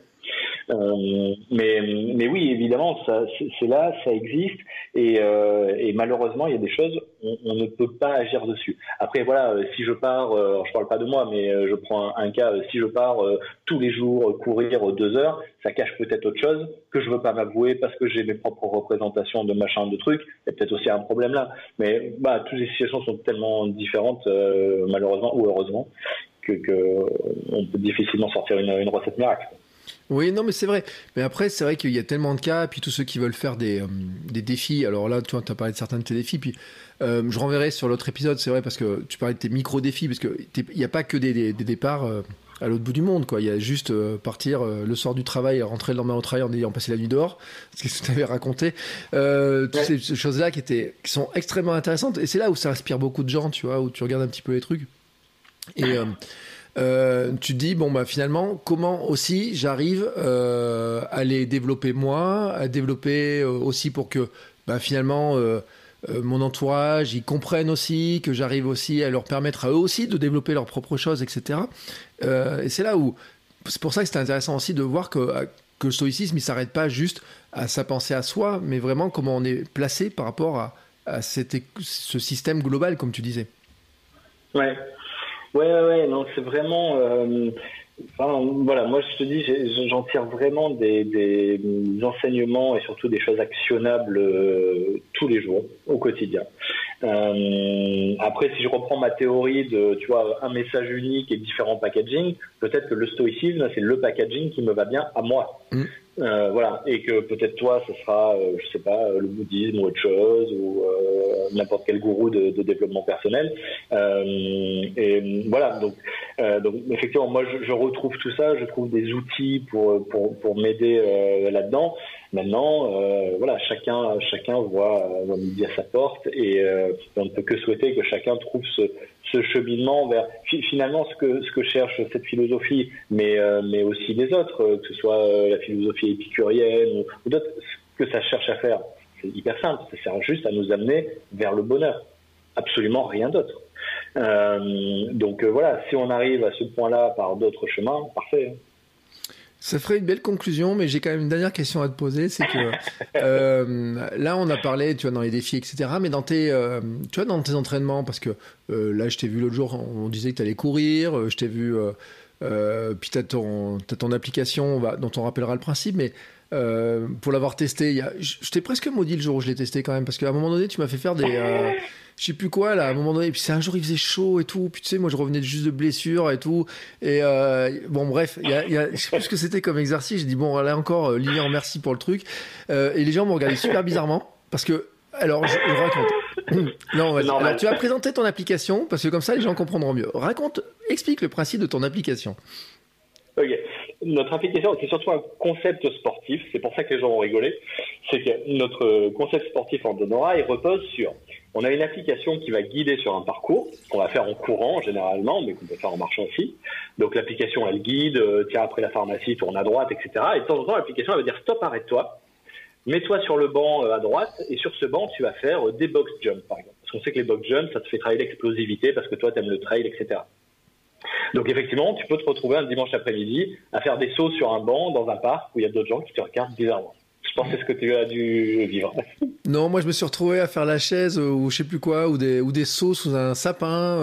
Mais oui, évidemment, c'est là, ça existe, et malheureusement, il y a des choses, on ne peut pas agir dessus. Après, voilà, si je pars, je parle pas de moi, mais je prends un cas, si je pars tous les jours courir 2 heures, ça cache peut-être autre chose que je veux pas m'avouer parce que j'ai mes propres représentations de machin, de trucs. Il y a peut-être aussi un problème là. Mais toutes les situations sont tellement différentes, malheureusement ou heureusement, que on peut difficilement sortir une recette miracle. Oui, non, mais c'est vrai. Mais après, c'est vrai qu'il y a tellement de cas, puis tous ceux qui veulent faire des défis. Alors là, tu vois, as parlé de certains de tes défis, puis je renverrai sur l'autre épisode, c'est vrai, parce que tu parlais de tes micro-défis, parce qu'il n'y a pas que des départs à l'autre bout du monde, quoi. Il y a juste partir le soir du travail, rentrer le lendemain au travail en ayant passé la nuit dehors, c'est ce que tu avais raconté. Toutes ces choses-là qui sont extrêmement intéressantes, et c'est là où ça inspire beaucoup de gens, tu vois, où tu regardes un petit peu les trucs. Et tu te dis finalement comment aussi j'arrive à les développer moi, à développer aussi pour que finalement mon entourage ils comprennent aussi, que j'arrive aussi à leur permettre à eux aussi de développer leurs propres choses, etc. Et c'est là où c'est pour ça que c'est intéressant aussi de voir que le stoïcisme il s'arrête pas juste à sa pensée à soi, mais vraiment comment on est placé par rapport à ce système global, comme tu disais. Ouais, non, c'est vraiment. Voilà, moi je te dis, j'en tire vraiment des enseignements et surtout des choses actionnables tous les jours, au quotidien. Après, si je reprends ma théorie de, tu vois, un message unique et différents packaging, peut-être que le stoïcisme, c'est le packaging qui me va bien à moi. Voilà, et que peut-être toi, ce sera, je sais pas, le bouddhisme ou autre chose, ou n'importe quel gourou de développement personnel. Et voilà, donc effectivement, moi, je retrouve tout ça, je trouve des outils pour m'aider là-dedans. Maintenant, voilà, chacun voit midi à sa porte, et on ne peut que souhaiter que chacun trouve ce cheminement vers finalement ce que cherche cette philosophie, mais aussi les autres, que ce soit la philosophie épicurienne ou d'autres, ce que ça cherche à faire, c'est hyper simple, ça sert juste à nous amener vers le bonheur, absolument rien d'autre. Donc voilà, si on arrive à ce point-là par d'autres chemins, parfait. Ça ferait une belle conclusion, mais j'ai quand même une dernière question à te poser, c'est que là on a parlé, tu vois, dans les défis, etc., mais dans tes entraînements, parce que là je t'ai vu l'autre jour, on disait que tu allais courir, je t'ai vu, puis t'as ton application dont on rappellera le principe, mais pour l'avoir testé, je t'ai presque maudit le jour où je l'ai testé quand même, parce qu'à un moment donné tu m'as fait faire je sais plus quoi là, à un moment donné. Et puis c'est un jour il faisait chaud et tout. Puis tu sais, moi je revenais juste de blessure et tout. Et bon bref, je sais plus ce que c'était comme exercice. J'ai dit bon là encore, Lilian merci pour le truc. Et les gens m'ont regardé super bizarrement parce que alors je raconte. Non, vas-y. Alors tu vas présenter ton application parce que comme ça les gens comprendront mieux. Explique le principe de ton application. Ok. Notre application, c'est surtout un concept sportif. C'est pour ça que les gens ont rigolé. C'est que notre concept sportif en Donora, il repose sur... On a une application qui va guider sur un parcours, qu'on va faire en courant généralement, mais qu'on peut faire en marchant aussi. Donc l'application, elle guide, tiens, après la pharmacie, tourne à droite, etc. Et de temps en temps, l'application, elle va dire stop, arrête-toi. Mets-toi sur le banc à droite, et sur ce banc, tu vas faire des box jumps, par exemple. Parce qu'on sait que les box jumps, ça te fait travailler l'explosivité, parce que toi, tu aimes le trail, etc. Donc effectivement, tu peux te retrouver un dimanche après-midi à faire des sauts sur un banc dans un parc où il y a d'autres gens qui te regardent bizarrement. Je pense que c'est ce que tu as dû vivre. Non, moi je me suis retrouvé à faire la chaise ou je sais plus quoi, ou des sauts sous un sapin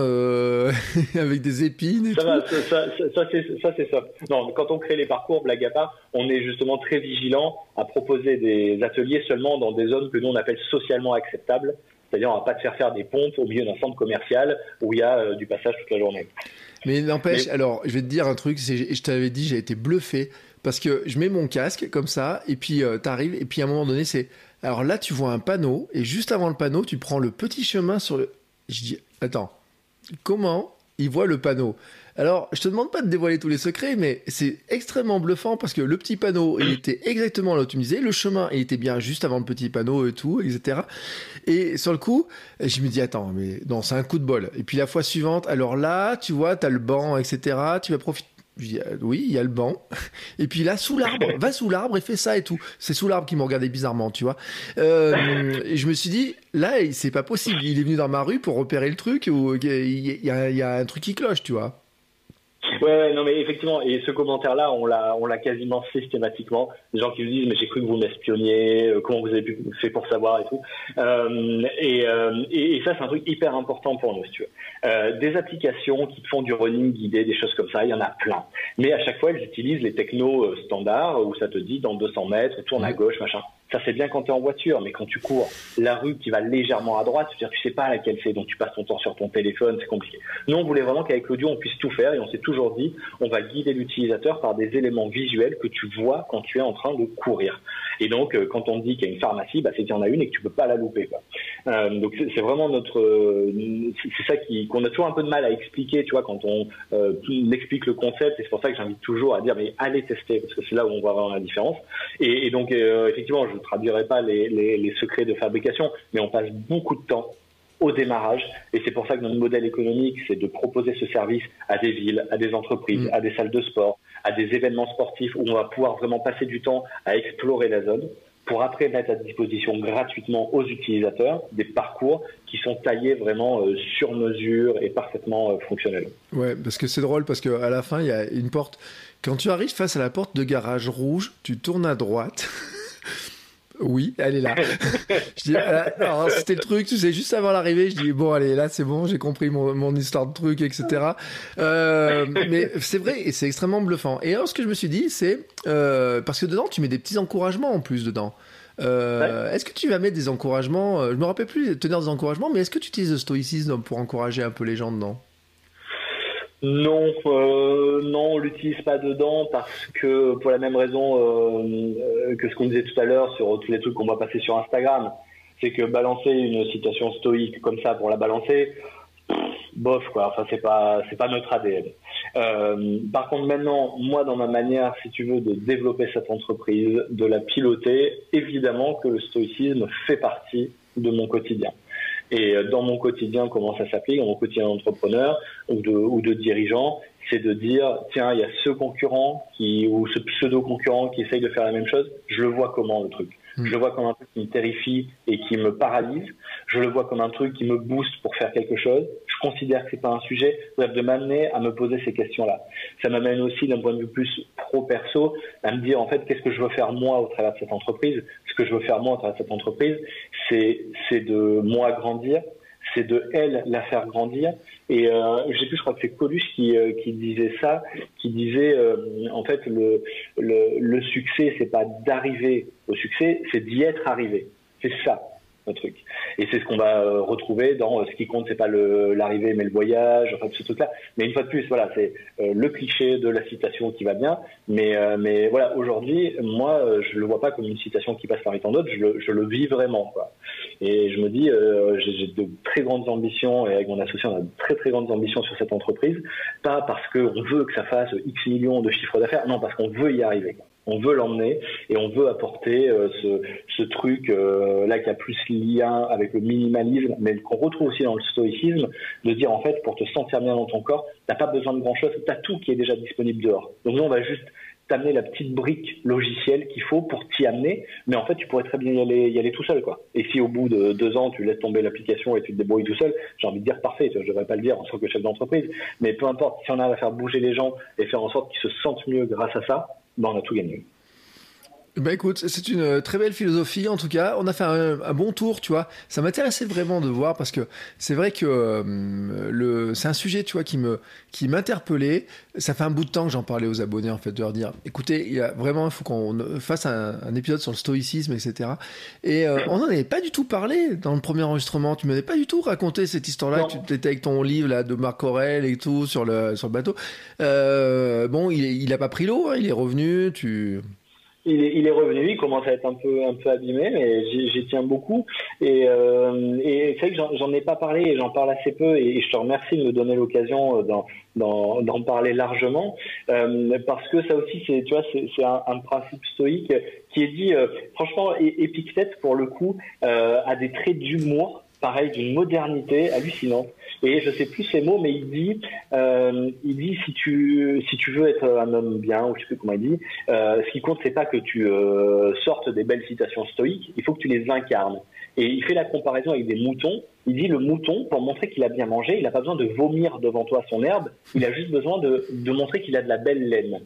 avec des épines et tout. Ça c'est ça. Non, quand on crée les parcours, blague à part, on est justement très vigilant à proposer des ateliers seulement dans des zones que nous on appelle socialement acceptables. C'est-à-dire on va pas te faire des pompes au milieu d'un centre commercial où il y a du passage toute la journée. Mais n'empêche, alors je vais te dire un truc, je t'avais dit, j'ai été bluffé parce que je mets mon casque comme ça et puis t'arrives et puis à un moment donné c'est... Alors là tu vois un panneau et juste avant le panneau tu prends le petit chemin sur le... Je dis, attends, comment il voit le panneau? Alors, je te demande pas de dévoiler tous les secrets, mais c'est extrêmement bluffant parce que le petit panneau, il était exactement là où tu me disais, le chemin, il était bien juste avant le petit panneau et tout, etc. Et sur le coup, je me dis, attends, mais non, c'est un coup de bol. Et puis la fois suivante, alors là, tu vois, t'as le banc, etc. Tu vas profiter. Je dis, oui, il y a le banc. Et puis là, sous l'arbre, va sous l'arbre et fais ça et tout. C'est sous l'arbre qui me regardait bizarrement, tu vois. Et je me suis dit, là, c'est pas possible. Il est venu dans ma rue pour repérer le truc ou il y a un truc qui cloche, tu vois. Ouais, non, mais effectivement, et ce commentaire-là, on l'a quasiment systématiquement. Des gens qui nous disent, mais j'ai cru que vous m'espionniez, comment vous avez fait pour savoir et tout. Et ça, c'est un truc hyper important pour nous, si tu veux. Des applications qui font du running guidé, des choses comme ça, il y en a plein. Mais à chaque fois, elles utilisent les technos standards où ça te dit, dans 200 mètres, tourne à gauche, machin. Ça, c'est bien quand tu es en voiture, mais quand tu cours, la rue qui va légèrement à droite, tu sais pas laquelle c'est, donc tu passes ton temps sur ton téléphone, c'est compliqué. Nous, on voulait vraiment qu'avec l'audio, on puisse tout faire et on s'est toujours dit, on va guider l'utilisateur par des éléments visuels que tu vois quand tu es en train de courir. Et donc, quand on te dit qu'il y a une pharmacie, c'est qu'il y en a une et que tu peux pas la louper, quoi. Donc, c'est vraiment c'est ça qu'on a toujours un peu de mal à expliquer, tu vois, quand on explique le concept, et c'est pour ça que j'invite toujours à dire, mais allez tester, parce que c'est là où on voit vraiment la différence. Et donc, effectivement, je ne traduirai pas les secrets de fabrication, mais on passe beaucoup de temps au démarrage, et c'est pour ça que notre modèle économique, c'est de proposer ce service à des villes, à des entreprises, à des salles de sport, à des événements sportifs où on va pouvoir vraiment passer du temps à explorer la zone pour après mettre à disposition gratuitement aux utilisateurs des parcours qui sont taillés vraiment sur mesure et parfaitement fonctionnels. Ouais, parce que c'est drôle, parce qu'à la fin, il y a une porte. Quand tu arrives face à la porte de garage rouge, tu tournes à droite. Oui, elle est là. Je dis, alors, c'était le truc, tu sais, juste avant l'arrivée, je dis, bon, allez, là, c'est bon, j'ai compris mon histoire de truc, etc. Mais c'est vrai, et c'est extrêmement bluffant. Et alors, ce que je me suis dit, c'est, parce que dedans, tu mets des petits encouragements en plus dedans. Est-ce que tu vas mettre des encouragements, je me rappelle plus de tenir des encouragements, mais est-ce que tu utilises le stoïcisme pour encourager un peu les gens dedans? Non, on l'utilise pas dedans parce que pour la même raison que ce qu'on disait tout à l'heure sur tous les trucs qu'on va passer sur Instagram, c'est que balancer une citation stoïque comme ça pour la balancer, bof quoi. Enfin c'est pas notre ADN. Par contre maintenant, moi dans ma manière, si tu veux, de développer cette entreprise, de la piloter, évidemment que le stoïcisme fait partie de mon quotidien. Et dans mon quotidien, comment ça s'applique, dans mon quotidien d'entrepreneur ou de dirigeant, c'est de dire, tiens, il y a ce concurrent ou ce pseudo-concurrent qui essaye de faire la même chose, je le vois comment le truc? Je le vois comme un truc qui me terrifie et qui me paralyse. Je le vois comme un truc qui me booste pour faire quelque chose. Je considère que c'est pas un sujet. Bref, de m'amener à me poser ces questions-là. Ça m'amène aussi d'un point de vue plus pro-perso à me dire, en fait, qu'est-ce que je veux faire moi au travers de cette entreprise? Ce que je veux faire moi au travers de cette entreprise, c'est de moi grandir, c'est de elle la faire grandir. Et je sais plus, je crois que c'est Coluche qui disait ça, qui disait en fait le succès, c'est pas d'arriver au succès, c'est d'y être arrivé. C'est ça notre truc. Et c'est ce qu'on va retrouver dans ce qui compte, c'est pas l'arrivée mais le voyage, enfin ce truc-là. Mais une fois de plus, voilà, c'est le cliché de la citation qui va bien. Mais voilà, aujourd'hui, moi, je le vois pas comme une citation qui passe parmi tant d'autres. Je le vis vraiment, quoi. Et je me dis, j'ai de très grandes ambitions, et avec mon associé, on a de très très grandes ambitions sur cette entreprise. Pas parce qu'on veut que ça fasse X millions de chiffre d'affaires, non, parce qu'on veut y arriver. On veut l'emmener et on veut apporter ce truc là qui a plus lien avec le minimalisme, mais qu'on retrouve aussi dans le stoïcisme, de dire en fait, pour te sentir bien dans ton corps, t'as pas besoin de grand chose, t'as tout qui est déjà disponible dehors. Donc nous, on va juste t'amener la petite brique logicielle qu'il faut pour t'y amener, mais en fait tu pourrais très bien y aller tout seul, quoi. Et si au bout de 2 ans tu laisses tomber l'application et tu te débrouilles tout seul, j'ai envie de dire parfait, je devrais pas le dire en tant que chef d'entreprise, mais peu importe, si on arrive à faire bouger les gens et faire en sorte qu'ils se sentent mieux grâce à ça, ben on a tout gagné. Bah écoute, c'est une très belle philosophie en tout cas. On a fait un bon tour, tu vois. Ça m'intéressait vraiment de voir parce que c'est vrai que c'est un sujet, tu vois, qui m'interpellait. Ça fait un bout de temps que j'en parlais aux abonnés en fait, de leur dire, écoutez, il faut qu'on fasse un épisode sur le stoïcisme, etc. Et on n'en avait pas du tout parlé dans le premier enregistrement. Tu m'avais pas du tout raconté cette histoire-là. Tu étais avec ton livre là de Marc Aurèle et tout sur le bateau. Bon, il a pas pris l'eau, hein, il est revenu. Il est revenu, il commence à être un peu abîmé, mais j'y tiens beaucoup. Et c'est vrai que j'en ai pas parlé et j'en parle assez peu. Et je te remercie de me donner l'occasion d'en parler largement, parce que ça aussi, c'est un principe stoïque qui est dit. Franchement, Épictète pour le coup a des traits d'humour, pareil, d'une modernité hallucinante. Et je sais plus ces mots, mais il dit si tu veux être un homme bien, ou je sais plus comment il dit, ce qui compte c'est pas que tu sortes des belles citations stoïques, il faut que tu les incarnes. Et il fait la comparaison avec des moutons. Il dit le mouton, pour montrer qu'il a bien mangé, il n'a pas besoin de vomir devant toi son herbe, il a juste besoin de montrer qu'il a de la belle laine.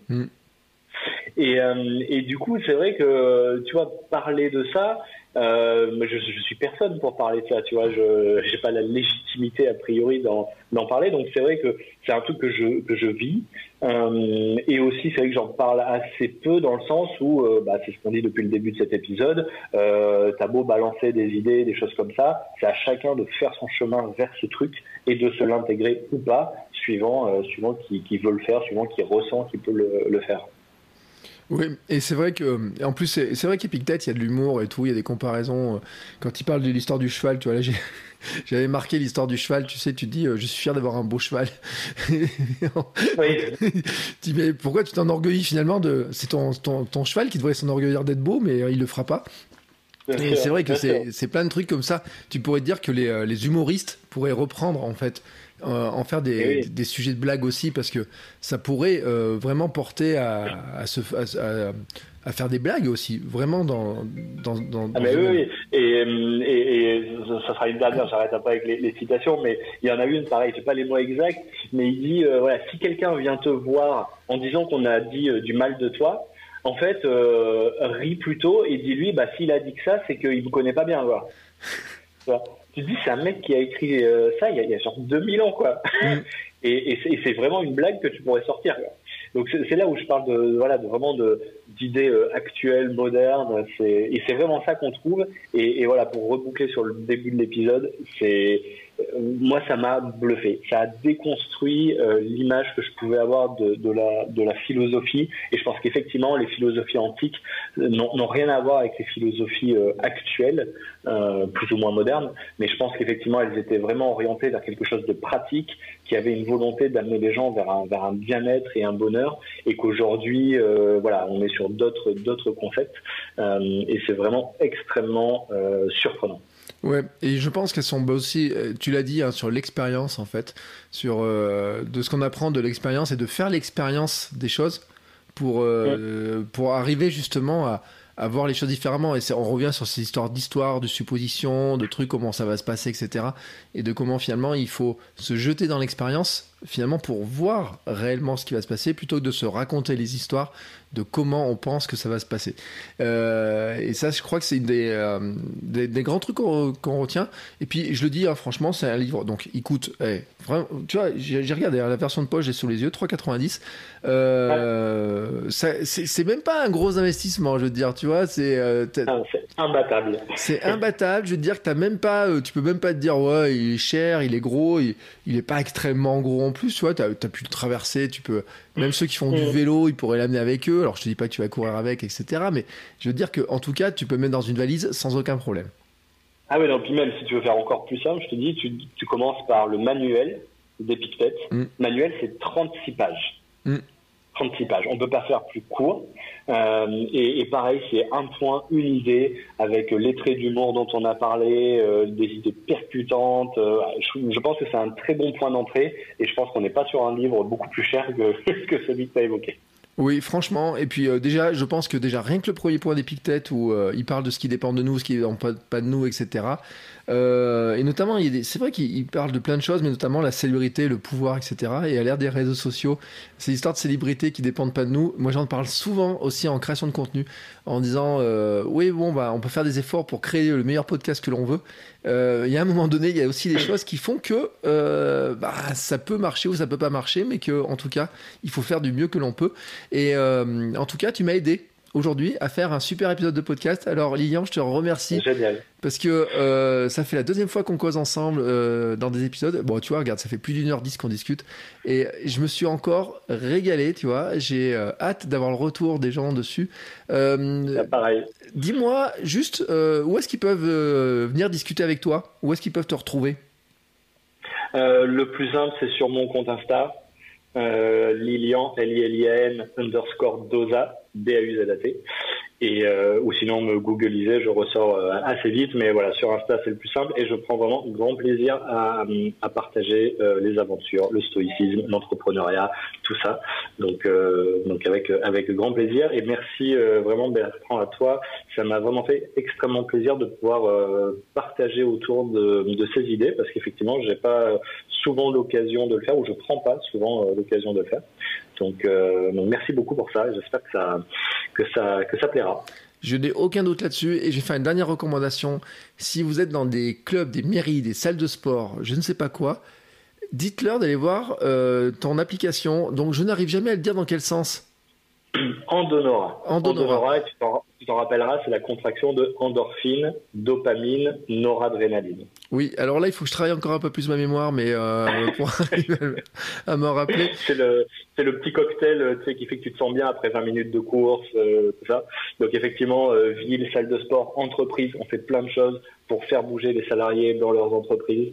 Et du coup, c'est vrai que tu vois, parler de ça, je suis personne pour parler de ça, tu vois, j'ai pas la légitimité a priori d'en parler, donc c'est vrai que c'est un truc que je vis, et aussi c'est vrai que j'en parle assez peu dans le sens où c'est ce qu'on dit depuis le début de cet épisode, t'as beau balancer des idées, des choses comme ça, c'est à chacun de faire son chemin vers ce truc et de se l'intégrer ou pas, suivant qui veut le faire, suivant qui ressent qu'il peut le faire. Oui, et c'est vrai que, en plus, c'est vrai qu'Épictète, il y a de l'humour et tout, il y a des comparaisons. Quand il parle de l'histoire du cheval, tu vois, là, j'avais marqué l'histoire du cheval, tu sais, tu te dis, je suis fier d'avoir un beau cheval. Oui. Tu dis, mais pourquoi tu t'enorgueillis finalement c'est ton cheval qui devrait s'enorgueillir d'être beau, mais il le fera pas. Et c'est vrai que c'est plein de trucs comme ça. Tu pourrais te dire que les humoristes pourraient reprendre, en fait, en faire des sujets de blague aussi, parce que ça pourrait vraiment porter à faire des blagues aussi, vraiment dans mais oui. Et ça sera une dernière, j'arrête après avec les citations, mais il y en a une, pareil, je sais pas les mots exacts, mais il dit, voilà, si quelqu'un vient te voir en disant qu'on a dit du mal de toi, en fait, ris plutôt et dis-lui, s'il a dit que ça, c'est qu'il ne vous connaît pas bien, quoi. Tu te dis, c'est un mec qui a écrit ça il y a genre 2000 ans, quoi. Et c'est vraiment une blague que tu pourrais sortir, quoi. Donc c'est là où je parle vraiment d'idées actuelles, modernes. Et c'est vraiment ça qu'on trouve. Et voilà, pour reboucler sur le début de l'épisode, moi ça m'a bluffé. Ça a déconstruit l'image que je pouvais avoir de la philosophie. Et je pense qu'effectivement, les philosophies antiques n'ont rien à voir avec les philosophies actuelles, plus ou moins modernes. Mais je pense qu'effectivement, elles étaient vraiment orientées vers quelque chose de pratique, qui avait une volonté d'amener les gens vers un bien-être et un bonheur, et qu'aujourd'hui, on est sur d'autres concepts, et c'est vraiment extrêmement surprenant. Ouais, et je pense qu'elles sont aussi, tu l'as dit, hein, sur l'expérience en fait, sur de ce qu'on apprend de l'expérience et de faire l'expérience des choses pour arriver justement à voir les choses différemment. Et on revient sur ces histoires d'histoire, de suppositions, de trucs, comment ça va se passer, etc. Et de comment finalement il faut se jeter dans l'expérience finalement pour voir réellement ce qui va se passer plutôt que de se raconter les histoires de comment on pense que ça va se passer. Et ça, je crois que c'est une des grands trucs qu'on retient. Et puis, je le dis, hein, franchement, c'est un livre. Donc, il coûte, vraiment, tu vois, j'ai regardé la version de poche, j'ai sous les yeux, 3,90. C'est même pas un gros investissement, je veux dire, tu vois, c'est imbattable. C'est imbattable, je veux dire que t'as même pas, tu peux même pas te dire, ouais, il est cher, il est gros, il est pas extrêmement gros en plus, tu vois, t'as pu le traverser, tu peux, même ceux qui font du vélo, ils pourraient l'amener avec eux. Alors, je te dis pas que tu vas courir avec, etc. Mais je veux dire que, en tout cas, tu peux le mettre dans une valise sans aucun problème. Ah oui, non, puis même si tu veux faire encore plus simple, je te dis, tu commences par le manuel d'Epictet. Manuel, c'est 36 pages. 36 pages. On peut pas faire plus court. Et pareil, c'est un point, une idée, avec les traits d'humour dont on a parlé, des idées percutantes. Je pense que c'est un très bon point d'entrée, et je pense qu'on n'est pas sur un livre beaucoup plus cher que celui que tu as évoqué. Oui, franchement. Et puis déjà, je pense que déjà rien que le premier point d'Epictet où il parle de ce qui dépend de nous, ce qui ne dépend pas de nous, etc. Et notamment, c'est vrai qu'il parle de plein de choses, mais notamment la célébrité, le pouvoir, etc. Et à l'ère des réseaux sociaux, ces histoires de célébrités qui dépendent pas de nous. Moi, j'en parle souvent aussi en création de contenu, en disant oui, bon, bah, on peut faire des efforts pour créer le meilleur podcast que l'on veut. Il y a un moment donné, il y a aussi des choses qui font que ça peut marcher ou ça peut pas marcher, mais que en tout cas, il faut faire du mieux que l'on peut. Et en tout cas, tu m'as aidé aujourd'hui à faire un super épisode de podcast. Alors Lilian, je te remercie. Génial. Parce que ça fait la deuxième fois qu'on cause ensemble dans des épisodes. Bon, tu vois, regarde, ça fait plus d'1h10 qu'on discute. Et je me suis encore régalé, tu vois. J'ai hâte d'avoir le retour des gens dessus. Pareil. Dis-moi juste, où est-ce qu'ils peuvent venir discuter avec toi? Où est-ce qu'ils peuvent te retrouver? Le plus simple, c'est sur mon compte Insta. Lilian, Lilian _ Dauzat, D-A-U-Z-A-T. Ou sinon me googliser, je ressors assez vite, mais voilà, sur Insta c'est le plus simple, et je prends vraiment grand plaisir à partager les aventures, le stoïcisme, l'entrepreneuriat, tout ça. Donc avec grand plaisir, et merci vraiment Bertrand à toi. Ça m'a vraiment fait extrêmement plaisir de pouvoir partager autour de ces idées, parce qu'effectivement j'ai pas souvent l'occasion de le faire, ou je prends pas souvent l'occasion de le faire. Donc merci beaucoup pour ça, et j'espère que ça plaira. Je n'ai aucun doute là-dessus, et je vais faire une dernière recommandation. Si vous êtes dans des clubs, des mairies, des salles de sport, je ne sais pas quoi, dites-leur d'aller voir ton application. Donc je n'arrive jamais à le dire dans quel sens. Andonora. Andonora, et tu t'en rappelleras, c'est la contraction de endorphine, dopamine, noradrénaline. Oui, alors là, il faut que je travaille encore un peu plus ma mémoire, mais pour arriver à m'en rappeler. C'est le petit cocktail, tu sais, qui fait que tu te sens bien après 20 minutes de course, tout ça. Donc effectivement, ville, salle de sport, entreprise, on fait plein de choses pour faire bouger les salariés dans leurs entreprises.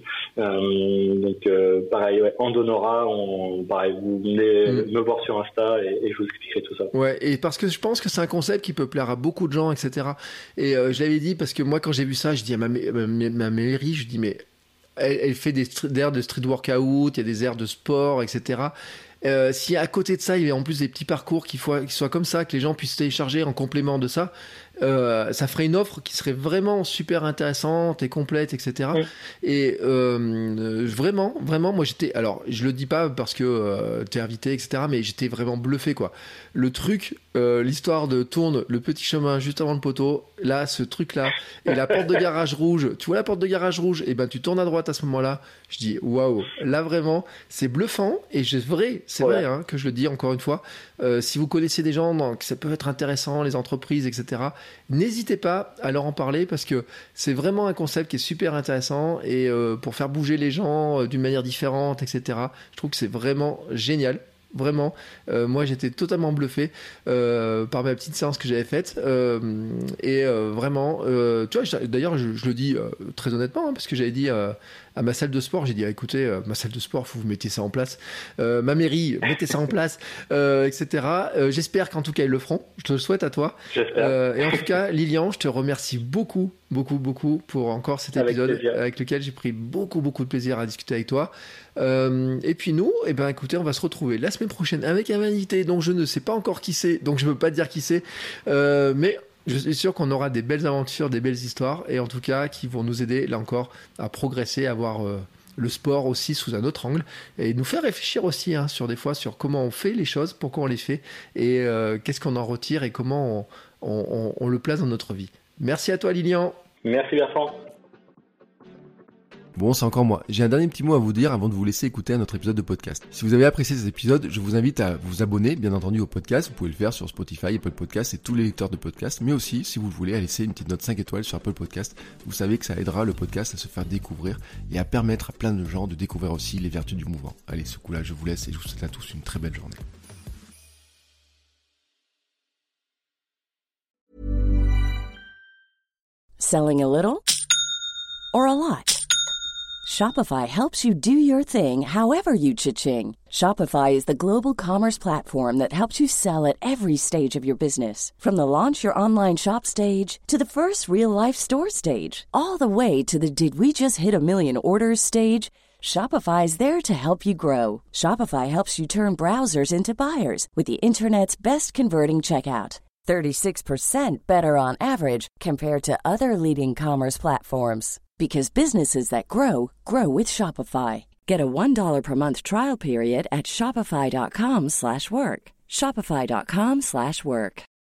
Pareil, ouais, Andonora, pareil, vous venez me voir sur Insta et je vous expliquerai tout ça. Ouais, et parce que je pense que c'est un concept qui peut plaire à beaucoup de gens, etc. Et je l'avais dit parce que moi, quand j'ai vu ça, je dis à ma mairie, je dis mais elle fait des aires de street workout, il y a des aires de sport, etc. Si à côté de ça, il y a en plus des petits parcours qui soient comme ça, que les gens puissent télécharger en complément de ça, ça ferait une offre qui serait vraiment super intéressante et complète, etc. Oui. Et vraiment, moi j'étais, alors je le dis pas parce que t'es invité, etc. Mais j'étais vraiment bluffé, quoi. Le truc, l'histoire de tourne le petit chemin juste avant le poteau, là, ce truc-là, et la porte de garage rouge, tu vois la porte de garage rouge, et ben tu tournes à droite à ce moment-là. Je dis waouh, là vraiment, c'est bluffant, et c'est vrai hein, que je le dis encore une fois. Si vous connaissez des gens que ça peut être intéressant, les entreprises, etc., n'hésitez pas à leur en parler, parce que c'est vraiment un concept qui est super intéressant, et pour faire bouger les gens d'une manière différente, etc., je trouve que c'est vraiment génial. Vraiment, moi j'étais totalement bluffé par ma petite séance que j'avais faite, et vraiment, tu vois, d'ailleurs je le dis très honnêtement, hein, parce que j'avais dit à ma salle de sport, j'ai dit écoutez, ma salle de sport, faut que vous mettiez ça en place, ma mairie, mettez ça en place, etc. J'espère qu'en tout cas ils le feront, je te le souhaite à toi. J'espère. Et en tout cas, Lilian, je te remercie beaucoup pour encore cet épisode avec lequel j'ai pris beaucoup de plaisir à discuter avec toi. Et puis nous, écoutez, on va se retrouver la semaine prochaine avec un invité dont je ne sais pas encore qui c'est, donc je ne peux pas te dire qui c'est, mais je suis sûr qu'on aura des belles aventures, des belles histoires, et en tout cas qui vont nous aider là encore à progresser, à avoir le sport aussi sous un autre angle et nous faire réfléchir aussi sur des fois sur comment on fait les choses, pourquoi on les fait et qu'est-ce qu'on en retire et comment on le place dans notre vie. Merci à toi Lilian. Merci Bertrand. Bon, c'est encore moi. J'ai un dernier petit mot à vous dire avant de vous laisser écouter un autre épisode de podcast. Si vous avez apprécié cet épisode, je vous invite à vous abonner, bien entendu, au podcast. Vous pouvez le faire sur Spotify, Apple Podcasts et tous les lecteurs de podcasts. Mais aussi, si vous le voulez, à laisser une petite note 5 étoiles sur Apple Podcasts. Vous savez que ça aidera le podcast à se faire découvrir et à permettre à plein de gens de découvrir aussi les vertus du mouvement. Allez, ce coup-là, je vous laisse et je vous souhaite à tous une très belle journée. Selling a little or a lot? Shopify helps you do your thing however you cha-ching. Shopify is the global commerce platform that helps you sell at every stage of your business. From the launch your online shop stage to the first real-life store stage, all the way to the did we just hit a million orders stage. Shopify is there to help you grow. Shopify helps you turn browsers into buyers with the internet's best converting checkout. 36% better on average compared to other leading commerce platforms. Because businesses that grow, grow with Shopify. Get a $1 per month trial period at shopify.com/work. Shopify.com/work.